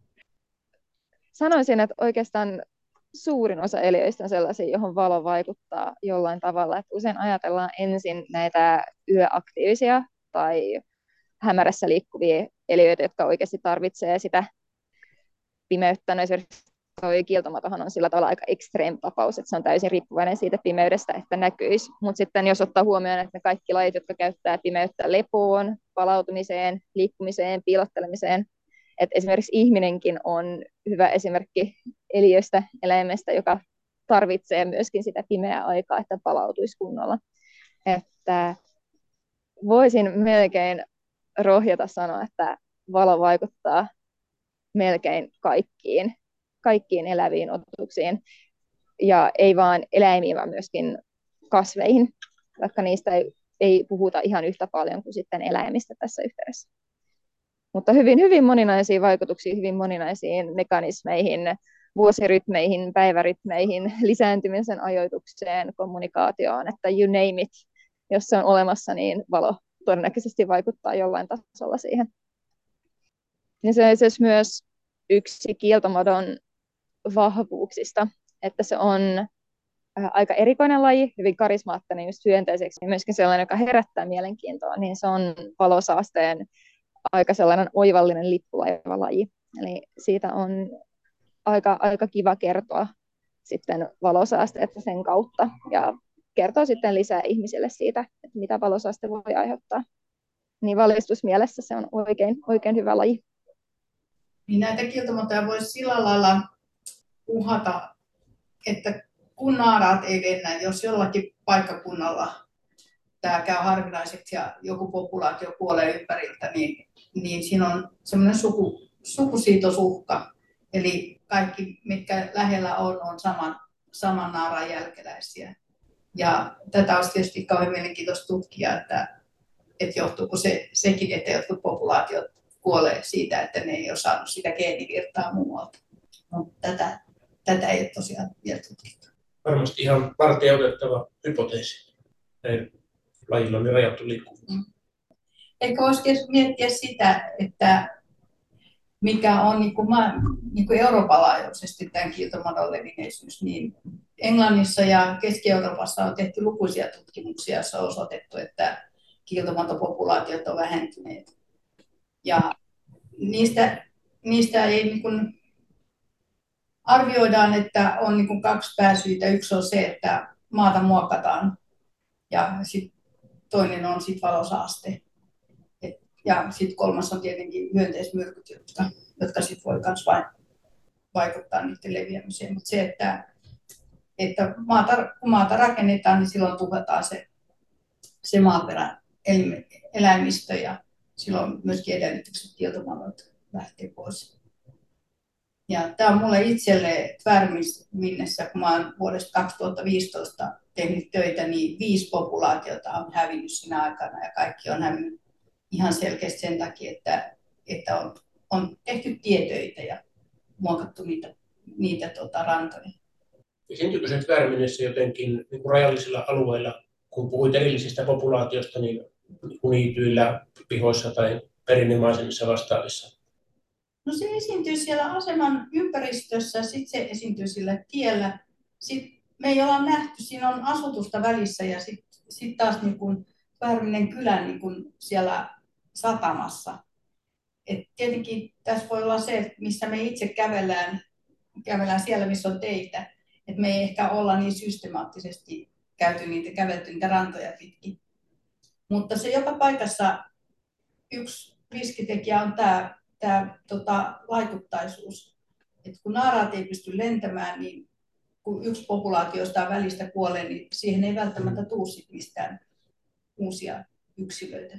Speaker 6: Sanoisin, että oikeastaan suurin osa eliöistä on sellaisia, johon valo vaikuttaa jollain tavalla. Että usein ajatellaan ensin näitä yöaktiivisia tai hämärässä liikkuvia eliöitä, jotka oikeasti tarvitsee sitä pimeyttä. No esimerkiksi tuo kiiltomatohan on sillä tavalla aika extreme tapaus, että se on täysin riippuvainen siitä pimeydestä, että näkyisi. Mutta sitten jos ottaa huomioon, että ne kaikki lajit, jotka käyttää pimeyttä lepoon, palautumiseen, liikkumiseen, piilottelemiseen, että esimerkiksi ihminenkin on hyvä esimerkki eliöstä, eläimestä, joka tarvitsee myöskin sitä pimeää aikaa, että palautuisi kunnolla. Että voisin melkein rohjata sanoa, että valo vaikuttaa melkein kaikkiin eläviin otuksiin. Ja ei vain eläimiin, vaan myöskin kasveihin, vaikka niistä ei puhuta ihan yhtä paljon kuin sitten eläimistä tässä yhteydessä. Mutta hyvin, hyvin moninaisia vaikutuksia, hyvin moninaisiin mekanismeihin, vuosirytmeihin, päivärytmeihin, lisääntymisen ajoitukseen, kommunikaatioon, että you name it. Jos se on olemassa, niin valo todennäköisesti vaikuttaa jollain tasolla siihen. Ja se on siis myös yksi kiiltomadon vahvuuksista, että se on aika erikoinen laji, hyvin karismaattinen just hyönteiseksi, ja myöskin sellainen, joka herättää mielenkiintoa, niin se on valosaasteen aika sellainen oivallinen lippulaivalaji. Eli siitä on aika kiva kertoa sitten valosaasteetta sen kautta ja kertoo sitten lisää ihmisille siitä, että mitä valosaaste voi aiheuttaa. Niin valistusmielessä se on oikein hyvä laji.
Speaker 3: Niin näitä kiiltomatoja voisi sillä lailla uhata, että kun naaraat ei lennä, jos jollakin paikkakunnalla tämä käy harvinaiseksi ja joku populaatio kuolee ympäriltä, niin siinä on semmoinen sukusiitosuhka. Eli kaikki, mitkä lähellä on saman naaran jälkeläisiä. Ja tätä olisi tietysti kauhean mielenkiintoista tutkia, että johtuuko sekin, että jotkut populaatiot kuolee siitä, että ne ei ole saanut sitä geenivirtaa muualta. No, tätä ei ole tosiaan vielä tutkittu.
Speaker 4: Varmasti ihan varteutettava hypoteesi. Lajilla on niin rajattu liikkuvuus.
Speaker 3: Ehkä voisi miettiä sitä, että mikä on niin kuin Euroopan laajuisesti tämän kiiltomadon levinneisyys. Niin Englannissa ja Keski-Euroopassa on tehty lukuisia tutkimuksia, joissa on osoitettu, että kiiltomatopopulaatiot on vähentyneet. Ja niistä ei niin kuin arvioidaan, että on niin kuin kaksi pääsyitä. Yksi on se, että maata muokataan ja toinen on valosaaste. Ja sitten kolmas on tietenkin hyönteismyrkyt, jotka sit voi myös vaikuttaa niiden leviämiseen. Mutta se, että kun maata rakennetaan, niin silloin tuhotaan se maaperän eläimistö ja silloin myöskin edellytykset kiiltomadot lähtee pois. Ja tämä on mulle itselle Tvärminnessä, kun mä olen vuodesta 2015 tehnyt töitä, niin 5 populaatiota on hävinnyt sinä aikana ja kaikki on hävinnyt ihan selkeästi sen takia, että on tehty tietöitä ja muokattu niitä rantoja.
Speaker 4: Esiintyykö se Tvärminnessä jotenkin niin kuin rajallisilla alueilla, kun puhuit erillisistä populaatioista, niin niityillä, pihoissa tai perinnemaisemissa vastaavissa?
Speaker 3: No se esiintyy siellä aseman ympäristössä, sitten se esiintyy sillä tiellä. Sitten me ei olla nähty, siinä on asutusta välissä ja sitten taas niin kuin Tvärminen kylä niin kuin siellä satamassa. Et tietenkin tässä voi olla se, että missä me itse kävellään siellä, missä on teitä. Et me ei ehkä olla niin systemaattisesti kävelty niitä rantoja pitkin. Mutta se joka paikassa yksi riskitekijä on tämä laikuttaisuus. Et kun naaraat ei pysty lentämään, niin kun yksi populaatiosta välistä kuolee, niin siihen ei välttämättä tule mistään uusia yksilöitä.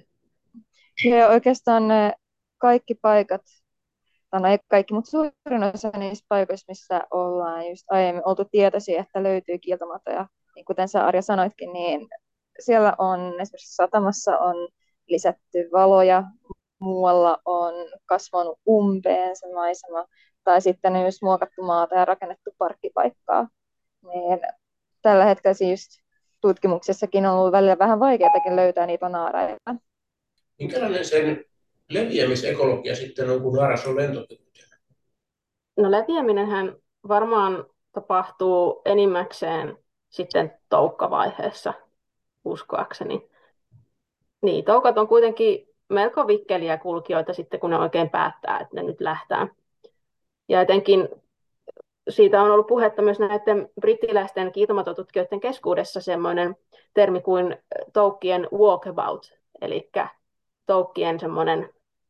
Speaker 6: Ja oikeastaan ne kaikki paikat, tai no ei kaikki, mutta suurin osa niistä paikoista, missä ollaan just aiemmin oltu tietoisia, että löytyy kiiltomatoja, niin kuten sä Arja sanoitkin, niin siellä on esimerkiksi satamassa on lisätty valoja, muualla on kasvanut umpeen se maisema, tai sitten on just muokattu maata ja rakennettu parkkipaikkaa. Niin tällä hetkellä just tutkimuksessakin on ollut välillä vähän vaikeatakin löytää niitä naaraita.
Speaker 4: Minkälainen sen leviämisekologia sitten on, kun naaras on lentokyvytön?
Speaker 5: No leviäminenhän varmaan tapahtuu enimmäkseen sitten toukkavaiheessa, uskoakseni. Niin, toukat on kuitenkin melko vikkeliä kulkijoita sitten, kun ne oikein päättää, että ne nyt lähtää. Ja etenkin siitä on ollut puhetta myös näiden brittiläisten kiitomatotutkijoiden keskuudessa semmoinen termi kuin toukkien walkabout, eli toukkien semmoinen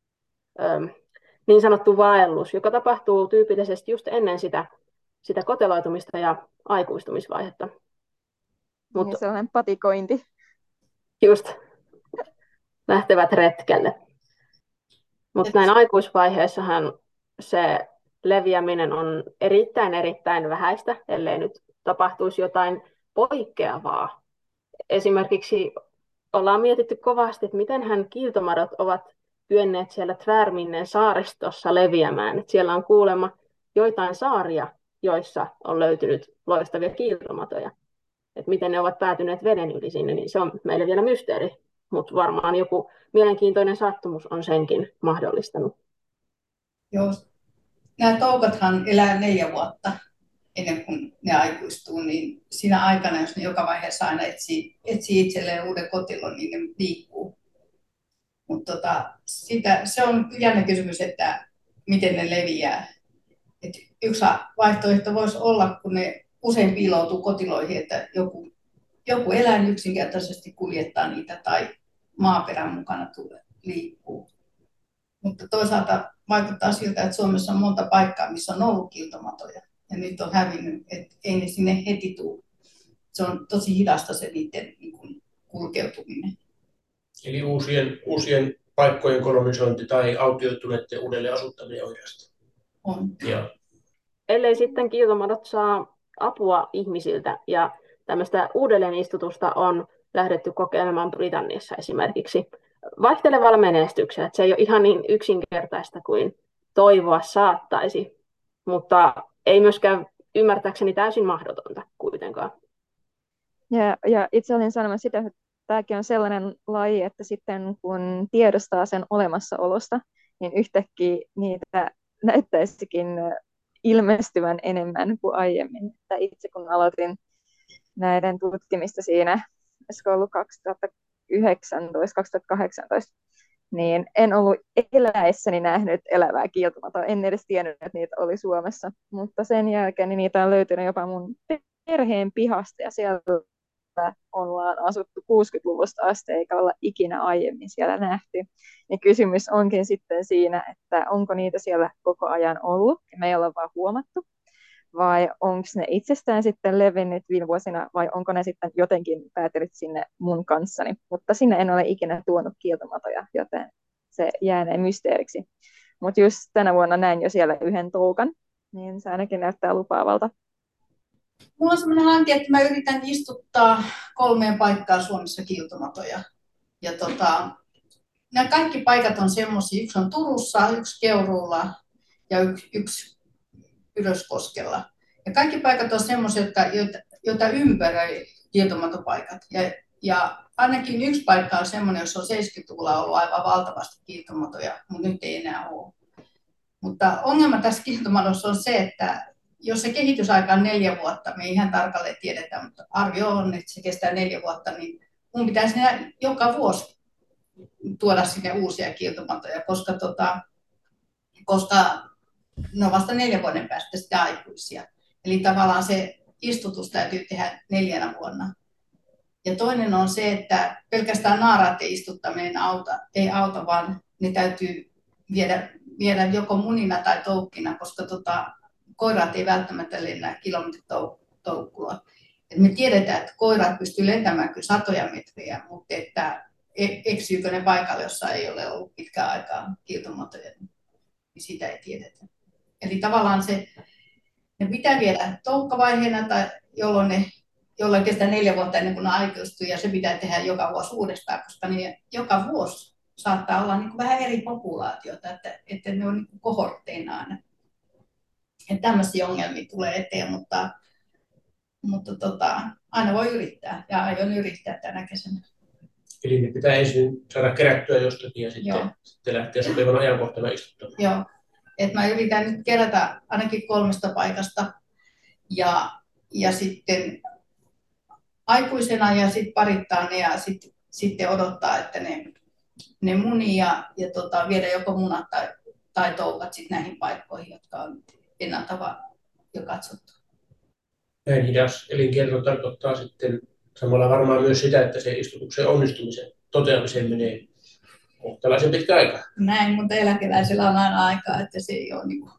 Speaker 5: niin sanottu vaellus, joka tapahtuu tyypillisesti just ennen sitä koteloitumista ja aikuistumisvaihetta.
Speaker 6: Niin sellainen patikointi.
Speaker 5: Just, lähtevät retkelle. Mutta näin aikuisvaiheessahan se leviäminen on erittäin vähäistä, ellei nyt tapahtuisi jotain poikkeavaa. Esimerkiksi ollaan mietitty kovasti, että mitenhän kiiltomadot ovat kyenneet siellä Tvärminnen saaristossa leviämään. Että siellä on kuulemma joitain saaria, joissa on löytynyt loistavia kiiltomatoja. Että miten ne ovat päätyneet veden yli sinne, niin se on meille vielä mysteeri. Mutta varmaan joku mielenkiintoinen sattumus on senkin mahdollistanut.
Speaker 3: Joo. Nämä toukathan elää 4 vuotta ennen kuin ne aikuistuu, niin siinä aikana, jos ne joka vaiheessa aina etsii itselleen uuden kotilon, niin ne liikkuu. Mutta se on jännä kysymys, että miten ne leviää. Et yksi vaihtoehto voisi olla, kun ne usein piiloutuu kotiloihin, että joku eläin yksinkertaisesti kuljettaa niitä tai maaperän mukana liikkuu. Mutta toisaalta vaikuttaa siltä, että Suomessa on monta paikkaa, missä on ollut kiiltomatoja ja nyt on hävinnyt, että ei ne sinne heti tule. Se on tosi hidasta se niiden kulkeutuminen.
Speaker 4: Eli uusien paikkojen kolonisointi tai autioituneiden uudelleen asuttaminen oikeasti.
Speaker 3: On.
Speaker 4: Ja.
Speaker 5: Ellei sitten kiiltomadot saa apua ihmisiltä ja tämmöistä uudelleenistutusta on lähdetty kokeilemaan Britanniassa esimerkiksi vaihtelevalla menestyksellä. Se ei ole ihan niin yksinkertaista kuin toivoa saattaisi, mutta ei myöskään ymmärtääkseni täysin mahdotonta kuitenkaan.
Speaker 6: Ja itse olin sanomassa sitä, että tämäkin on sellainen laji, että sitten kun tiedostaa sen olemassaolosta, niin yhtäkkiä niitä näyttäisikin ilmestyvän enemmän kuin aiemmin. Että itse kun aloitin näiden tutkimista siinä, olisiko ollut 2019-2018, niin en ollut eläessäni nähnyt elävää kiiltomatoa. En edes tiennyt, että niitä oli Suomessa. Mutta sen jälkeen niin niitä on löytynyt jopa mun perheen pihasta ja siellä ollaan asuttu 60-luvusta asti eikä olla ikinä aiemmin siellä nähty. Niin kysymys onkin sitten siinä, että onko niitä siellä koko ajan ollut ja me ei olla vaan huomattu, vai onko ne itsestään sitten levinnyt viime vuosina, vai onko ne sitten jotenkin päätynyt sinne mun kanssani. Mutta sinne en ole ikinä tuonut kiiltomatoja, joten se jäänee mysteeriksi. Mutta just tänä vuonna näin jo siellä yhden toukan, niin se ainakin näyttää lupaavalta.
Speaker 3: Mulla on sellainen hanke, että mä yritän istuttaa 3 paikkaa Suomessa kiiltomatoja. Ja nämä kaikki paikat on semmoisia. Yksi on Turussa, yksi Keuruulla ja yksi Ylöskoskella. Ja kaikki paikat on semmoisia, joita ympäröi kiiltomatopaikat. Ja ainakin yksi paikka on semmoinen, jossa on 70-luvulla ollut aivan valtavasti kiiltomatoja, mutta nyt ei enää ole. Mutta ongelma tässä kiiltomadossa on se, että jos se kehitysaika on 4 vuotta, me ei ihan tarkalleen tiedetä, mutta arvio on, että se kestää 4 vuotta, niin mun pitäisi joka vuosi tuoda sinne uusia kiiltomatoja, koska ne on vasta 4 vuoden päästä sitten aikuisia. Eli tavallaan se istutus täytyy tehdä 4 vuonna. Ja toinen on se, että pelkästään naaraiden istuttaminen ei auta, vaan ne täytyy viedä joko munina tai toukkina, koska koirat ei välttämättä lennä kilometritoukkua. Me tiedetään, että koirat pystyy lentämään kyllä satoja metriä, mutta että eksyykö ne paikalle, jossa ei ole ollut pitkään aikaa kiiltomatoja, niin sitä ei tiedetä. Eli tavallaan ne pitää viedä toukkavaiheena, jolloin kestää 4 vuotta ennen kuin ne aikuistuu, ja se pitää tehdä joka vuosi uudestaan, koska ne joka vuosi saattaa olla niin kuin vähän eri populaatioita, että ne on niin kuin kohortteina aina. Että tämmöisiä ongelmia tulee eteen, mutta aina voi yrittää, ja aion yrittää tänä kesänä.
Speaker 4: Eli ne pitää ensin saada kerättyä jostakin ja sitten lähteä sopivan ajankohtana istuttamaan.
Speaker 3: Joo. Et mä yritän nyt kerätä ainakin 3 paikasta ja sitten aikuisena ja sitten parittaa ne ja sitten odottaa, että ne munii ja viedä joko munat tai toukat sitten näihin paikkoihin, jotka on ennalta jo katsottu.
Speaker 4: Näin hidas elinkierto tarkoittaa sitten samalla varmaan myös sitä, että se istutuksen onnistumisen toteamiseen menee kohtalaisen pitkä aika.
Speaker 3: Näin, mutta eläkeläisellä on aina aikaa, että se ei ole niin kuin...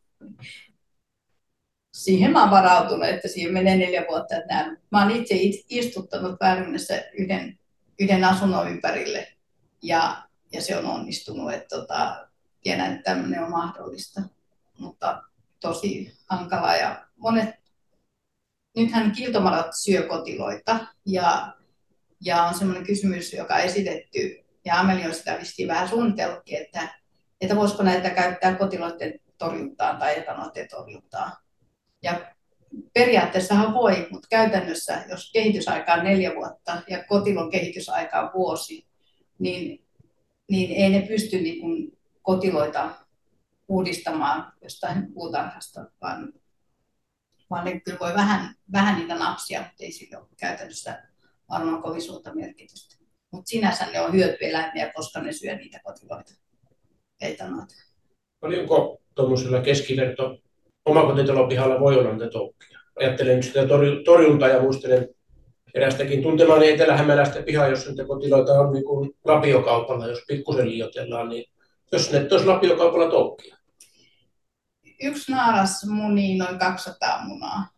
Speaker 3: Siihen mä oon varautunut, että siihen menee 4 vuotta. Mä oon itse istuttanut Väärynnässä yhden asunnon ympärille ja se on onnistunut, että tiedän, että tämmöinen on mahdollista, mutta tosi hankalaa. Ja nythän kiiltomadot syö kotiloita ja on semmoinen kysymys, joka on esitetty, ja Ameli on sitä vissiin vähän suunnitellutkin, että voisiko näitä käyttää kotiloiden torjuntaan tai etanoiden torjuntaan. Ja periaatteessahan voi, mutta käytännössä, jos kehitysaika on 4 vuotta ja kotilon kehitysaika on vuosi, niin ei ne pysty niin kuin kotiloita uudistamaan jostain puutarhasta, vaan ne kyllä voi vähän niitä napsia, mutta ei sillä ole käytännössä varmaan kovin suurta merkitystä. Mutta sinänsä ne on hyötyeläimiä, koska ne syö niitä kotiloita, etanoita.
Speaker 4: Paljonko tuommoisella keskiverto omakotitalopihalla voi olla niitä toukkia? Ajattelen sitä torjuntaa ja muistelen erästäkin tuntemaani Etelä-Hämäläistä pihaa, jossa niitä kotiloita on niin kuin lapiokaupalla, jos pikkusen liioitellaan, niin jos ne olisi lapiokaupalla toukkia.
Speaker 3: Yksi naaras munii noin 200 munaa.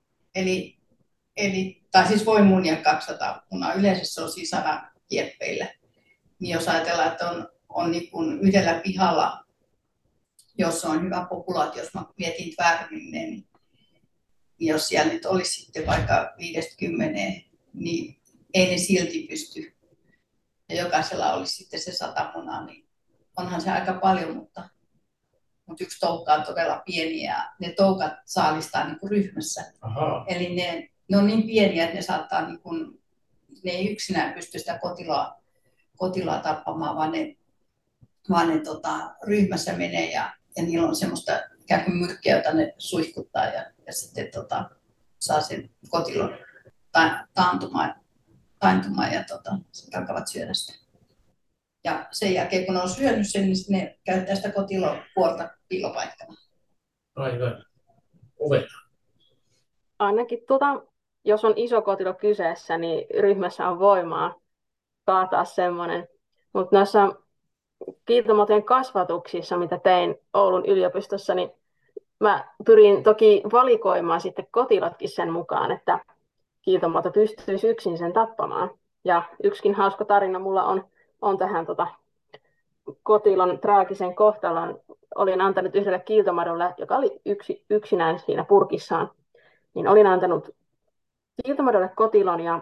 Speaker 3: Tai siis voi munia 200 munaa. Yleensä se on siis 100 kieppeillä. Niin jos ajatellaan, että on niin kuin yhdellä pihalla, jos on hyvä populaatio, jos mä mietin Väärynneen, niin jos siellä nyt olisi sitten vaikka 50, niin ei ne silti pysty. Ja jokaisella olisi sitten se 100 munaa, niin onhan se aika paljon, mutta yksi toukka on todella pieni ja ne toukat saalistaa niin kuin ryhmässä.
Speaker 4: Aha.
Speaker 3: Eli ne on niin pieniä, että ne saattaa niin kuin, ne ei yksinään pysty sitä kotilaa tappamaan, vaan ne ryhmässä menee ja niillä on semmoista ikään kuin myrkkiä, jota ne suihkuttaa ja sitten saa sen kotilon taantumaan ja sitten alkavat syödä sitä. Ja sen jälkeen, kun ne on syönyt sen, niin ne käyttää sitä kotilopuolta piilopaikkana.
Speaker 4: Aivan. Ovella.
Speaker 5: Ainakin jos on iso kotilo kyseessä, niin ryhmässä on voimaa kaataa semmoinen. Mutta noissa kiiltomatojen kasvatuksissa, mitä tein Oulun yliopistossa, niin mä pyrin toki valikoimaan sitten kotilotkin sen mukaan, että kiiltomato pystyisi yksin sen tappamaan. Ja yksikin hauska tarina mulla on tähän kotilon traagisen kohtalon olin antanut yhdelle kiiltomadolle, joka oli yksinään siinä purkissaan, niin olin antanut kiiltomadolle kotilon ja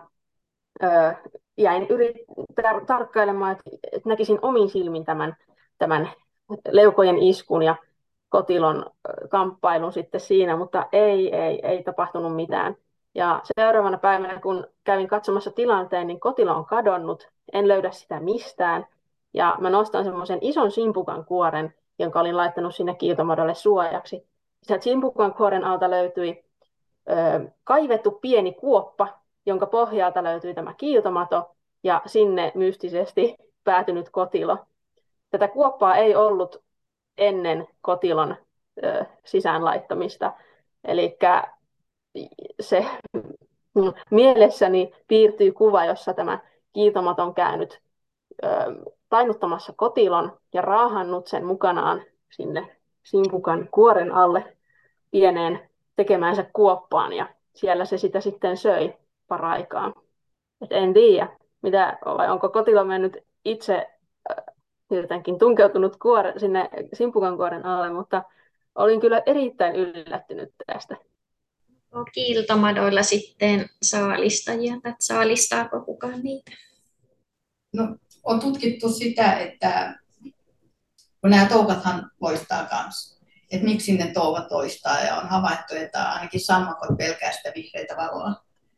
Speaker 5: jäin tarkkailemaan, että näkisin omin silmin tämän leukojen iskun ja kotilon kamppailun sitten siinä, mutta ei tapahtunut mitään. Ja seuraavana päivänä, kun kävin katsomassa tilanteen, niin kotilo on kadonnut, en löydä sitä mistään. Ja mä nostan semmoisen ison simpukan kuoren, jonka olin laittanut sinne kiiltomadolle suojaksi. Sieltä simpukan kuoren alta löytyi kaivettu pieni kuoppa, jonka pohjalta löytyi tämä kiiltomato ja sinne mystisesti päätynyt kotilo. Tätä kuoppaa ei ollut ennen kotilon sisään laittamista. Eli se mielessäni piirtyy kuva, jossa tämä kiiltomato on käynyt tainnuttamassa kotilon ja raahannut sen mukanaan sinne simpukan kuoren alle pieneen tekemäänsä kuoppaan ja siellä se sitä sitten söi paraikaa. Et en tiedä, vai onko kotilo mennyt itse jotenkin tunkeutunut sinne simpukan kuoren alle, mutta olin kyllä erittäin yllättynyt tästä.
Speaker 2: Onko kiiltomadoilla sitten saalistajia, tai saalistaako kukaan niitä?
Speaker 3: No, on tutkittu sitä, että kun nämä toukathan loistaa kanssa, että miksi ne toukat loistaa, ja on havaittu, että ainakin sammakot pelkää sitä vihreitä valoa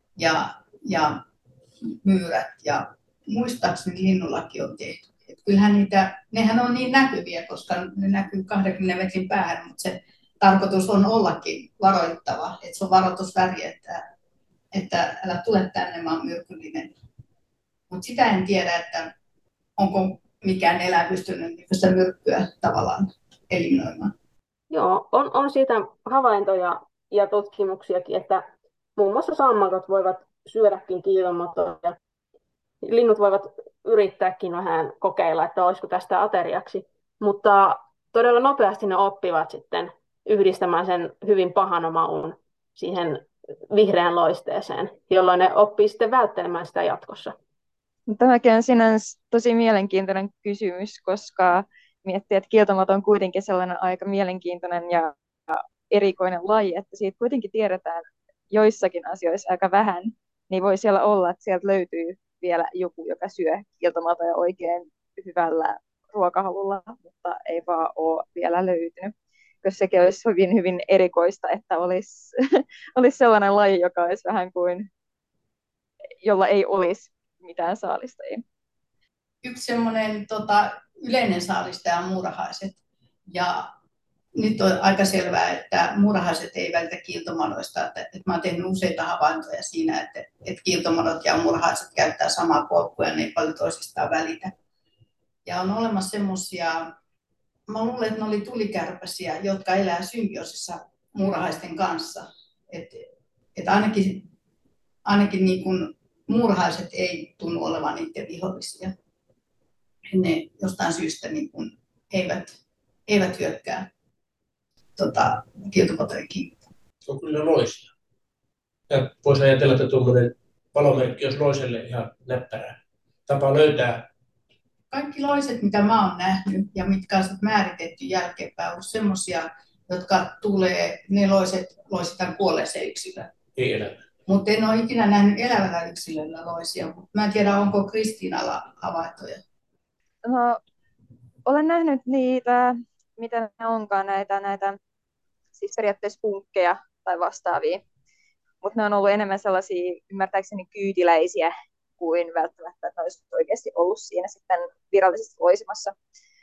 Speaker 3: ja myyrät ja muistaakseni linnullakin on tehty. Että kyllähän nehän on niin näkyviä, koska ne näkyy 20 metrin päähän, mutta se tarkoitus on ollakin varoittava, että se on varoitusväri, että älä tule tänne, mä oon myrkyllinen. Mutta sitä en tiedä, että onko mikään eläin pystynyt sitä myrkkyä tavallaan eliminoimaan.
Speaker 5: Joo, on siitä havaintoja ja tutkimuksiakin, että muun muassa sammakot voivat syödäkin kiiltomatoja. Linnut voivat yrittääkin vähän kokeilla, että olisiko tästä ateriaksi, mutta todella nopeasti ne oppivat sitten yhdistämään sen hyvin pahan maun siihen vihreään loisteeseen, jolloin ne oppii sitten välttelemään sitä jatkossa.
Speaker 6: Tämäkin on sinänsä tosi mielenkiintoinen kysymys, koska miettii, että kiiltomato on kuitenkin sellainen aika mielenkiintoinen ja erikoinen laji, että siitä kuitenkin tiedetään joissakin asioissa aika vähän, niin voi siellä olla, että sieltä löytyy vielä joku, joka syö kiiltomatoja oikein hyvällä ruokahalulla, mutta ei vaan ole vielä löytynyt. Koska sekin olisi hyvin, hyvin erikoista, että olisi, olisi sellainen laji, joka olisi vähän kuin, jolla ei olisi mitään saalistajia.
Speaker 3: Yksi semmoinen yleinen saalistaja on muurahaiset. Ja nyt on aika selvää, että muurahaiset ei välitä kiiltomadoista. Että mä oon tehnyt useita havaintoja siinä, että kiiltomadot ja muurahaiset käyttää samaa polkua ja ne ei paljon toisistaan välitä. Ja on olemassa semmoisia, mä luulen, että ne oli tulikärpäsiä, jotka elää symbioosissa muurahaisten kanssa. Että ainakin niin kuin muurahaiset ei tunnu olevan niiden vihollisia. Ne jostain syystä niin kuin eivät hyökkää kiiltomatojen kiinnittää.
Speaker 4: Se on kyllä loisia. Ja voisi ajatella, että tuommoinen palomerkki olisi loiselle ihan näppärä tapa löytää.
Speaker 3: Kaikki loiset, mitä mä oon nähnyt ja mitkä on määritetty jälkeenpäin, on semmoisia, jotka ne loiset loisitaan kuolleeseen yksilöön.
Speaker 4: Ei elävä.
Speaker 3: Mutta en ole ikinä nähnyt elävällä yksilöllä loisia. Mä en tiedä, onko Kristiinalla havaintoja.
Speaker 6: No, olen nähnyt niitä, mitä ne onkaan, näitä siis periaatteessa punkkeja tai vastaavia. Mutta ne on ollut enemmän sellaisia, ymmärtääkseni, kyytiläisiä kuin välttämättä, että ne olisi oikeasti ollut siinä sitten virallisesti loisimassa.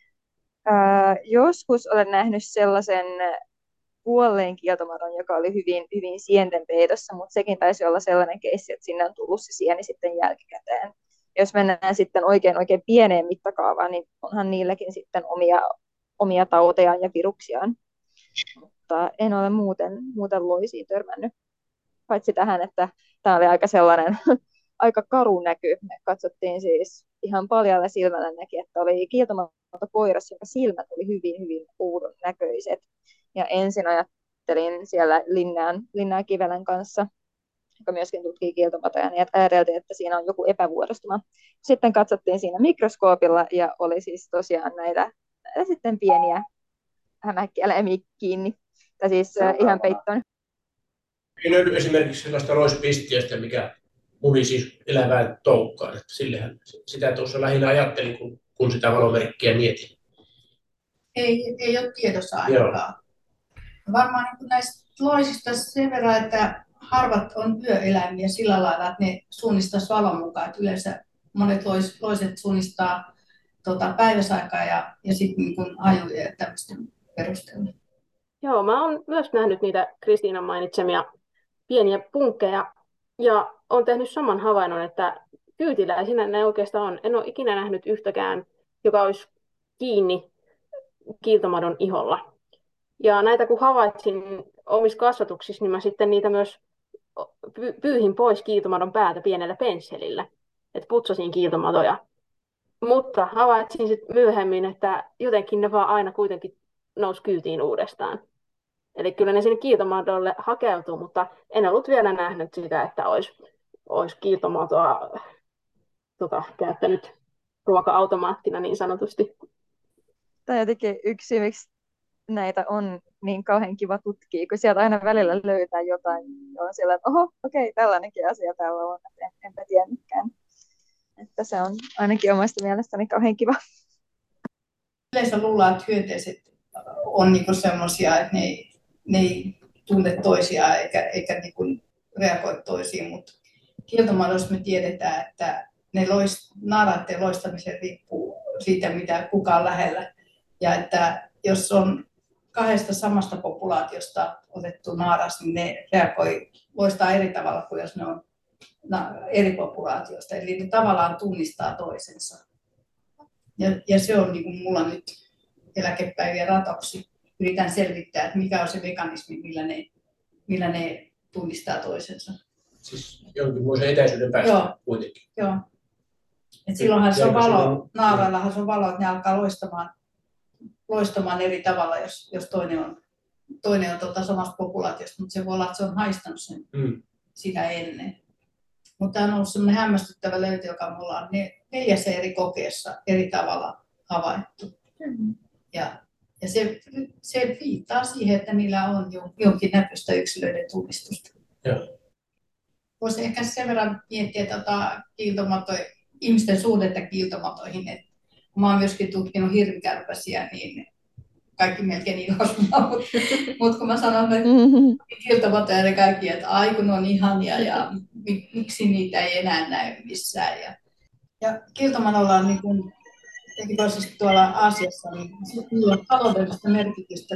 Speaker 6: Joskus olen nähnyt sellaisen kuolleen kiiltomadon, joka oli hyvin, hyvin sienten peitossa, mutta sekin taisi olla sellainen keissi, että sinne on tullut se sieni sitten jälkikäteen. Jos mennään sitten oikein pieneen mittakaavaan, niin onhan niilläkin sitten omia tautejaan ja viruksiaan. Mutta en ole muuten loisiin törmännyt. Paitsi tähän, että tämä oli aika sellainen aika karu näky. Me katsottiin siis ihan paljaalla silmällä näki, että oli kiiltomato koiras, jonka silmät oli hyvin, hyvin oudon näköiset. Ja ensin ajattelin siellä Linnaan Kivelän kanssa joka myöskin tutkii kiiltomatoja, niin ajateltiin, että siinä on joku epävuorostuma. Sitten katsottiin siinä mikroskoopilla ja oli siis tosiaan näitä sitten pieniä hämähäkkieläimiä kiinni, tai siis ihan peittoon.
Speaker 4: Ei löydy esimerkiksi sellaista loispistiöstä, mikä muni siis elävään toukkaan. Että sillehän sitä tuossa lähinnä ajattelin, kun sitä valomerkkiä mietin.
Speaker 3: Ei ole tiedossa ainakaan. Varmaan niin näistä loisista sen verran, että harvat on yöeläimiä sillä lailla, että ne suunnistaisi valon mukaan. Että yleensä monet loiset suunnistaa päiväsaikaa ja sitten niin ajuja ja tämmöisten perusteella.
Speaker 5: Joo, mä oon myös nähnyt niitä Kristiinan mainitsemia pieniä punkkeja ja olen tehnyt saman havainnon, että kyytiläisinä ne oikeastaan on. En ole ikinä nähnyt yhtäkään, joka olisi kiinni kiiltomadon iholla. Ja näitä kun havaitsin omissa kasvatuksissa, niin mä sitten niitä myös pyyhin pois kiiltomadon päältä pienellä pensselillä, että putsasin kiiltomatoja. Mutta havaitsin sitten myöhemmin, että jotenkin ne vaan aina kuitenkin nousi kyytiin uudestaan. Eli kyllä ne sinne kiiltomadolle hakeutuu, mutta en ollut vielä nähnyt sitä, että olisi kiiltomatoa käyttänyt ruoka-automaattina niin sanotusti.
Speaker 6: Tämä on jotenkin yksi, miksi näitä on niin kauhean kiva tutkia, kun sieltä aina välillä löytää jotain, ja on siellä, että oho, okei, tällainenkin asia täällä on, että enpä tiennytkään. Että se on ainakin omasta mielestäni kauhean kiva.
Speaker 3: Yleensä luullaan, että hyönteiset on niinku semmoisia, että ne ei tunne toisiaan eikä niinku reagoi toisiin, mutta kiiltomadossa me tiedetään, että naaraiden loistamisen riippuu siitä, mitä kuka on lähellä. Ja että jos on kahdesta samasta populaatiosta otettu naaras, niin ne loistaa eri tavalla kuin jos ne on eri populaatiosta. Eli ne tavallaan tunnistaa toisensa. Ja se on niin kuin mulla nyt eläkepäivien ratoksi. Yritän selvittää, että mikä on se mekanismi, millä ne tunnistaa toisensa.
Speaker 4: Siis jonkinlaisen etäisyyden päästä kuitenkin.
Speaker 3: Joo. Et silloinhan se on valo, naaraillahan se on valo, että ne alkaa loistamaan eri tavalla, jos toinen on samasta populaatiosta, mutta se voi olla, että se on haistanut sen sitä ennen. Mutta tämä on ollut sellainen hämmästyttävä löytö, joka me ollaan 4 eri kokeessa eri tavalla havaittu. Ja se viittaa siihen, että niillä on jonkinnäköistä yksilöiden tunnistusta. Voisi ehkä sen verran miettiä ihmisten suhdetta kiiltomatoihin. Mä oon myöskin tutkinut hirvikärpäsiä, niin kaikki melkein inhoamaan. Mutta kun mä sanon, että kiiltomatoja ne kaikki, että ai kun on ihania ja miksi niitä ei enää näy missään. Ja kiiltomatolla on niin kuin, siis tuolla Aasiassa niin sillä on taloudellista merkitystä,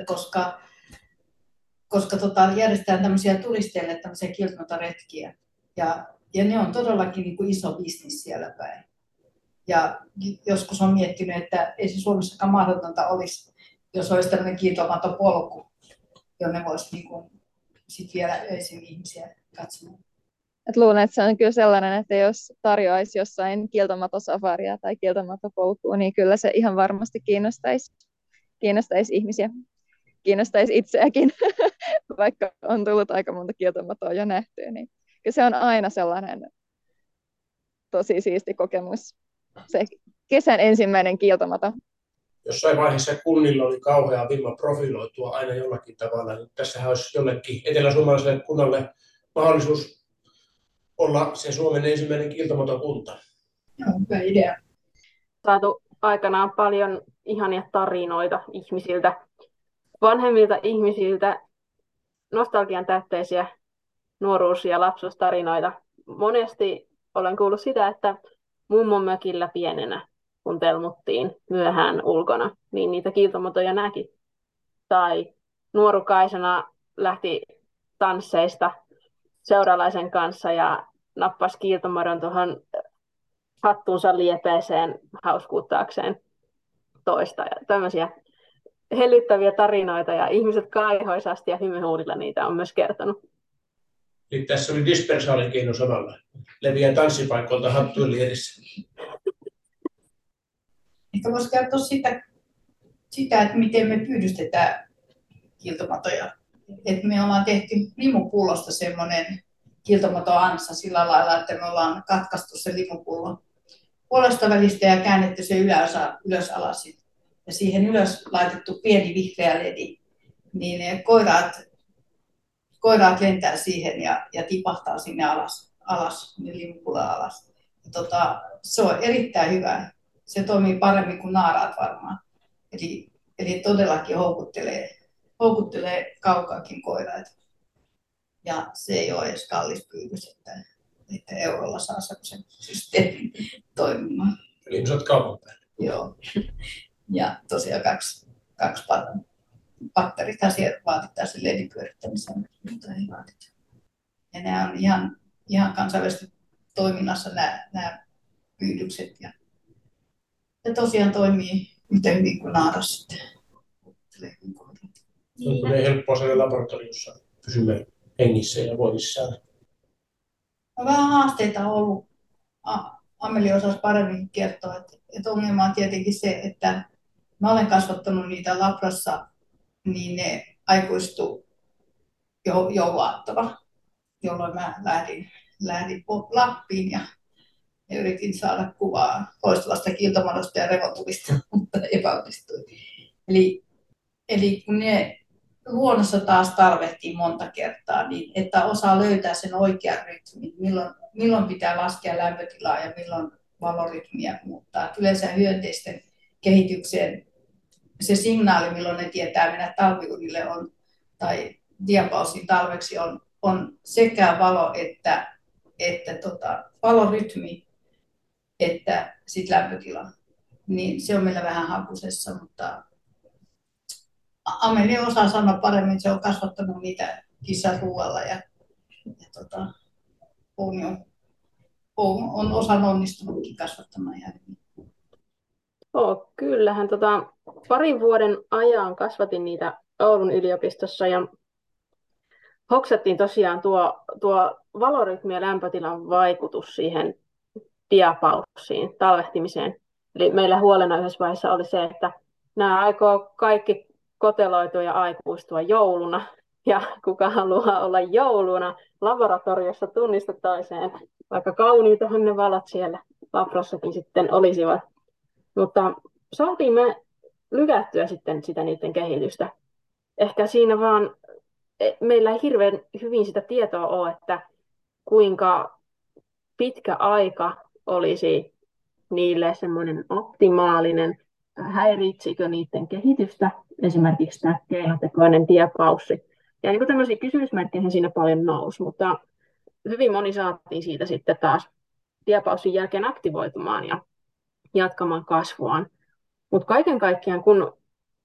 Speaker 3: koska järjestetään tämmöisiä turisteille tämmöisiä kiiltomatoretkiä. Ja ne on todellakin niin kuin iso bisnis siellä päin. Ja joskus on miettinyt, että ei se Suomessakaan mahdotonta olisi, jos olisi tämmöinen kiiltomatopolku, jonne voisi niin kuin sit vielä öisin ihmisiä katsomaan.
Speaker 6: Et luulen, että se on kyllä sellainen, että jos tarjoaisi jossain kiiltomatosafaria tai kiiltomatopolkua, niin kyllä se ihan varmasti kiinnostaisi ihmisiä. Kiinnostaisi itseäkin, vaikka on tullut aika monta kiiltomatoa jo nähtyä. Niin kyllä se on aina sellainen tosi siisti kokemus. Se kesän ensimmäinen kiiltomato.
Speaker 4: Jossain vaiheessa kunnilla oli kauheaa vimma profiloitua aina jollakin tavalla. Nyt tässähän olisi jollekin eteläsuomalaiselle kunnalle mahdollisuus olla se Suomen ensimmäinen kiiltomatokunta.
Speaker 3: Joo, hyvä idea.
Speaker 5: Saatu aikanaan paljon ihania tarinoita ihmisiltä, vanhemmilta ihmisiltä, nostalgian täytteisiä nuoruus- ja lapsuustarinoita. Monesti olen kuullut sitä, että mummon mökillä pienenä, kun telmuttiin myöhään ulkona, niin niitä kiiltomatoja näki. Tai nuorukaisena lähti tansseista seuralaisen kanssa ja nappasi kiiltomadon tuohon hattuunsa liepeeseen hauskuuttaakseen toista. Ja tämmöisiä hellyttäviä tarinoita ja ihmiset kaihoisasti ja hymyhuulilla niitä on myös kertonut.
Speaker 4: Nyt tässä oli dispersaalin keino samalla. Leviää tanssipaikoilta hattujen lierissä.
Speaker 3: Ehkä voisi kertoa sitä, että miten me pyydystetään kiiltomatoja. Et me ollaan tehty limupullosta semmoinen kiiltomato-ansa sillä lailla, että me ollaan katkaistu se limupullon puolesta välistä ja käännetty se ylös alas. Ja siihen ylös laitettu pieni vihreä ledi, niin ne koiraat lentää siihen ja tipahtaa sinne alas limupullon alas. Se on erittäin hyvä. Se toimii paremmin kuin naaraat varmaan. Eli todellakin houkuttelee kaukaakin koiraita. Ja se ei ole edes kallis pyydys, että eurolla saa sen systeemin toimimaan.
Speaker 4: Eli ihmiset kaupan päälle.
Speaker 3: Joo. Ja tosiaan kaksi patteria siellä vaadittaa sen ledin pyörittämisen, mutta ei vaadita. Ja nämä on ihan kansainvälisesti toiminnassa nämä pyydykset. Ja tosiaan toimii yhtä hyvin kuin naaras sitten.
Speaker 4: Onko ne helppoa siellä laboratoriossa pysymään hengissä ja voimissaan?
Speaker 3: On vähän haasteita ollut. Ameli osasi paremmin kertoa, että ongelma on tietenkin se, että mä olen kasvattanut niitä labrassa, niin ne aikuistu jouluaattona, jolloin mä lähdin Lappiin ja yritin saada kuvaa poistuvasta kiiltomadosta ja revontuvista, mutta epäonnistui. Eli kun ne luonnossa taas talvehtii monta kertaa, niin että osaa löytää sen oikean rytmin, milloin pitää laskea lämpötilaa ja milloin valorytmiä muuttaa. Yleensä hyönteisten kehitykseen se signaali, milloin ne tietää mennä talviunille tai diapausin talveksi on sekä valo että valorytmi että sit lämpötila. Niin se on meillä vähän hakusessa, mutta Ameli osaa sanoa paremmin, se on kasvattanut niitä kissan ruualla ja on osan onnistunutkin kasvattamaan ihan hyvin.
Speaker 5: Joo, kyllähän parin vuoden ajan kasvatin niitä Oulun yliopistossa ja hoksattiin tosiaan tuo valorytmi ja lämpötilan vaikutus siihen diapaussiin, talvehtimiseen. Eli meillä huolena yhdessä vaiheessa oli se, että nämä aikoo kaikki koteloitua ja aikuistua jouluna. Ja kuka haluaa olla jouluna laboratoriossa tunnista toiseen, vaikka kauniitahan ne valot siellä labrassakin sitten olisivat. Mutta saatiin me lykättyä sitten sitä niiden kehitystä. Ehkä siinä vaan meillä ei hirveän hyvin sitä tietoa ole, että kuinka pitkä aika olisi niille semmoinen optimaalinen, häiritsikö niiden kehitystä, esimerkiksi tämä keinotekoinen diepaussi. Ja niin kuin tämmöisiä kysymysmerkkejä siinä paljon nousi, mutta hyvin moni saatiin siitä sitten taas diepaussin jälkeen aktivoitumaan ja jatkamaan kasvuaan. Mutta kaiken kaikkiaan, kun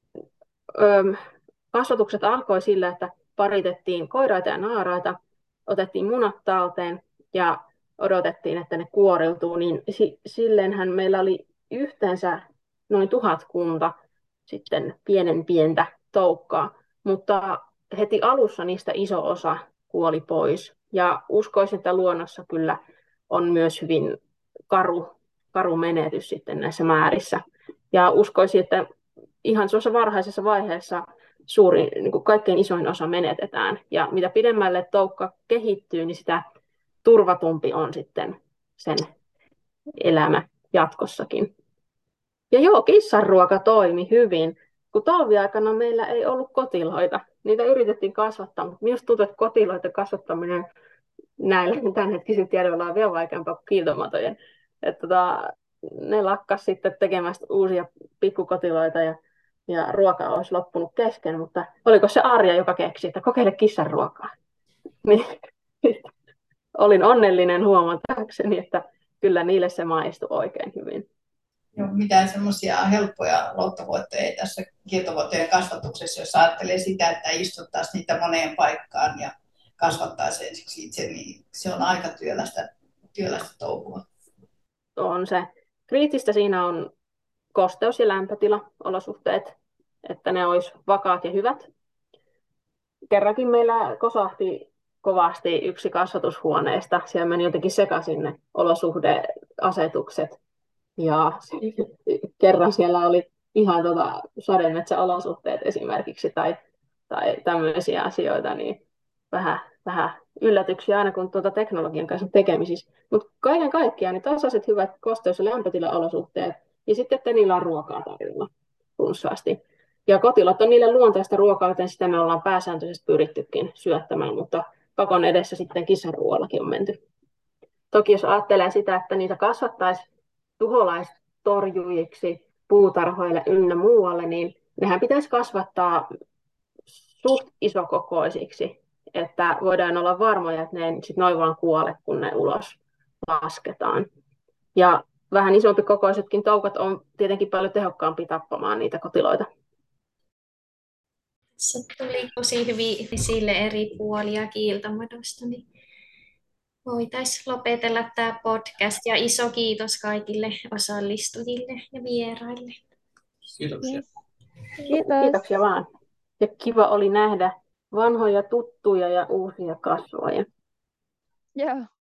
Speaker 5: kasvatukset alkoi sillä, että paritettiin koiraita ja naaraita, otettiin munat talteen ja odotettiin, että ne kuoriutuu, niin silleenhän meillä oli yhteensä noin 1000 sitten pientä toukkaa, mutta heti alussa niistä iso osa kuoli pois. Ja uskoisin, että luonnossa kyllä on myös hyvin karu menetys sitten näissä määrissä. Ja uskoisin, että ihan tuossa varhaisessa vaiheessa niin kuin kaikkein isoin osa menetetään. Ja mitä pidemmälle toukka kehittyy, niin sitä turvatumpi on sitten sen elämä jatkossakin. Ja joo, kissanruoka toimi hyvin, kun talviaikana meillä ei ollut kotiloita. Niitä yritettiin kasvattaa, mutta minusta tuntuu, että kotiloiden kasvattaminen näillä tämänhetkisillä tiedoilla on vielä vaikeampaa kuin kiiltomatojen. Ne lakkas sitten tekemästä uusia pikkukotiloita ja ruoka olisi loppunut kesken, mutta oliko se Arja, joka keksi, että kokeile kissanruokaa? Niin, olin onnellinen huomatakseni, että kyllä niille se maistui oikein hyvin.
Speaker 3: Joo, mitään semmoisia helppoja louttavoitteja ei tässä kiiltovuotojen kasvatuksessa, jos ajattelee sitä, että istuttaisiin niitä moneen paikkaan ja kasvattaisi ensiksi itse, niin se on aika työlästä touhua.
Speaker 5: On se. Kriittistä siinä on kosteus- ja lämpötila-olosuhteet, että ne olisi vakaat ja hyvät. Kerrankin meillä kosahti kovasti yksi kasvatushuoneesta. Siellä meni jotenkin sekaisin ne olosuhdeasetukset. Ja kerran siellä oli ihan sademetsäolosuhteet esimerkiksi tai tämmöisiä asioita, niin vähän yllätyksiä aina, kun teknologian kanssa on tekemisissä. Mutta kaiken kaikkiaan niin tasaiset hyvät kosteus- ja lämpötilaolosuhteet ja sitten, että niillä on ruokaa tarjolla runsaasti. Ja kotilat on niille luontaista ruokaa, joten sitä me ollaan pääsääntöisesti pyrittykin syöttämään, mutta pakon edessä sitten kissanruoallakin on menty. Toki jos ajattelee sitä, että niitä kasvattaisi tuholaistorjujiksi puutarhoille ynnä muualle, niin nehän pitäisi kasvattaa suht isokokoisiksi, että voidaan olla varmoja, että ne ei sit noin vaan kuole, kun ne ulos lasketaan. Ja vähän isompi kokoisetkin toukat on tietenkin paljon tehokkaampia tappamaan niitä kotiloita.
Speaker 2: Se tuli tosi hyvin esille eri puolia kiiltomadosta, niin voitaisiin lopetella tämä podcast ja iso kiitos kaikille osallistujille ja vieraille.
Speaker 4: Kiitoksia.
Speaker 6: Kiitos.
Speaker 5: Kiitoksia vaan. Ja kiva oli nähdä vanhoja tuttuja ja uusia kasvoja.
Speaker 6: Joo.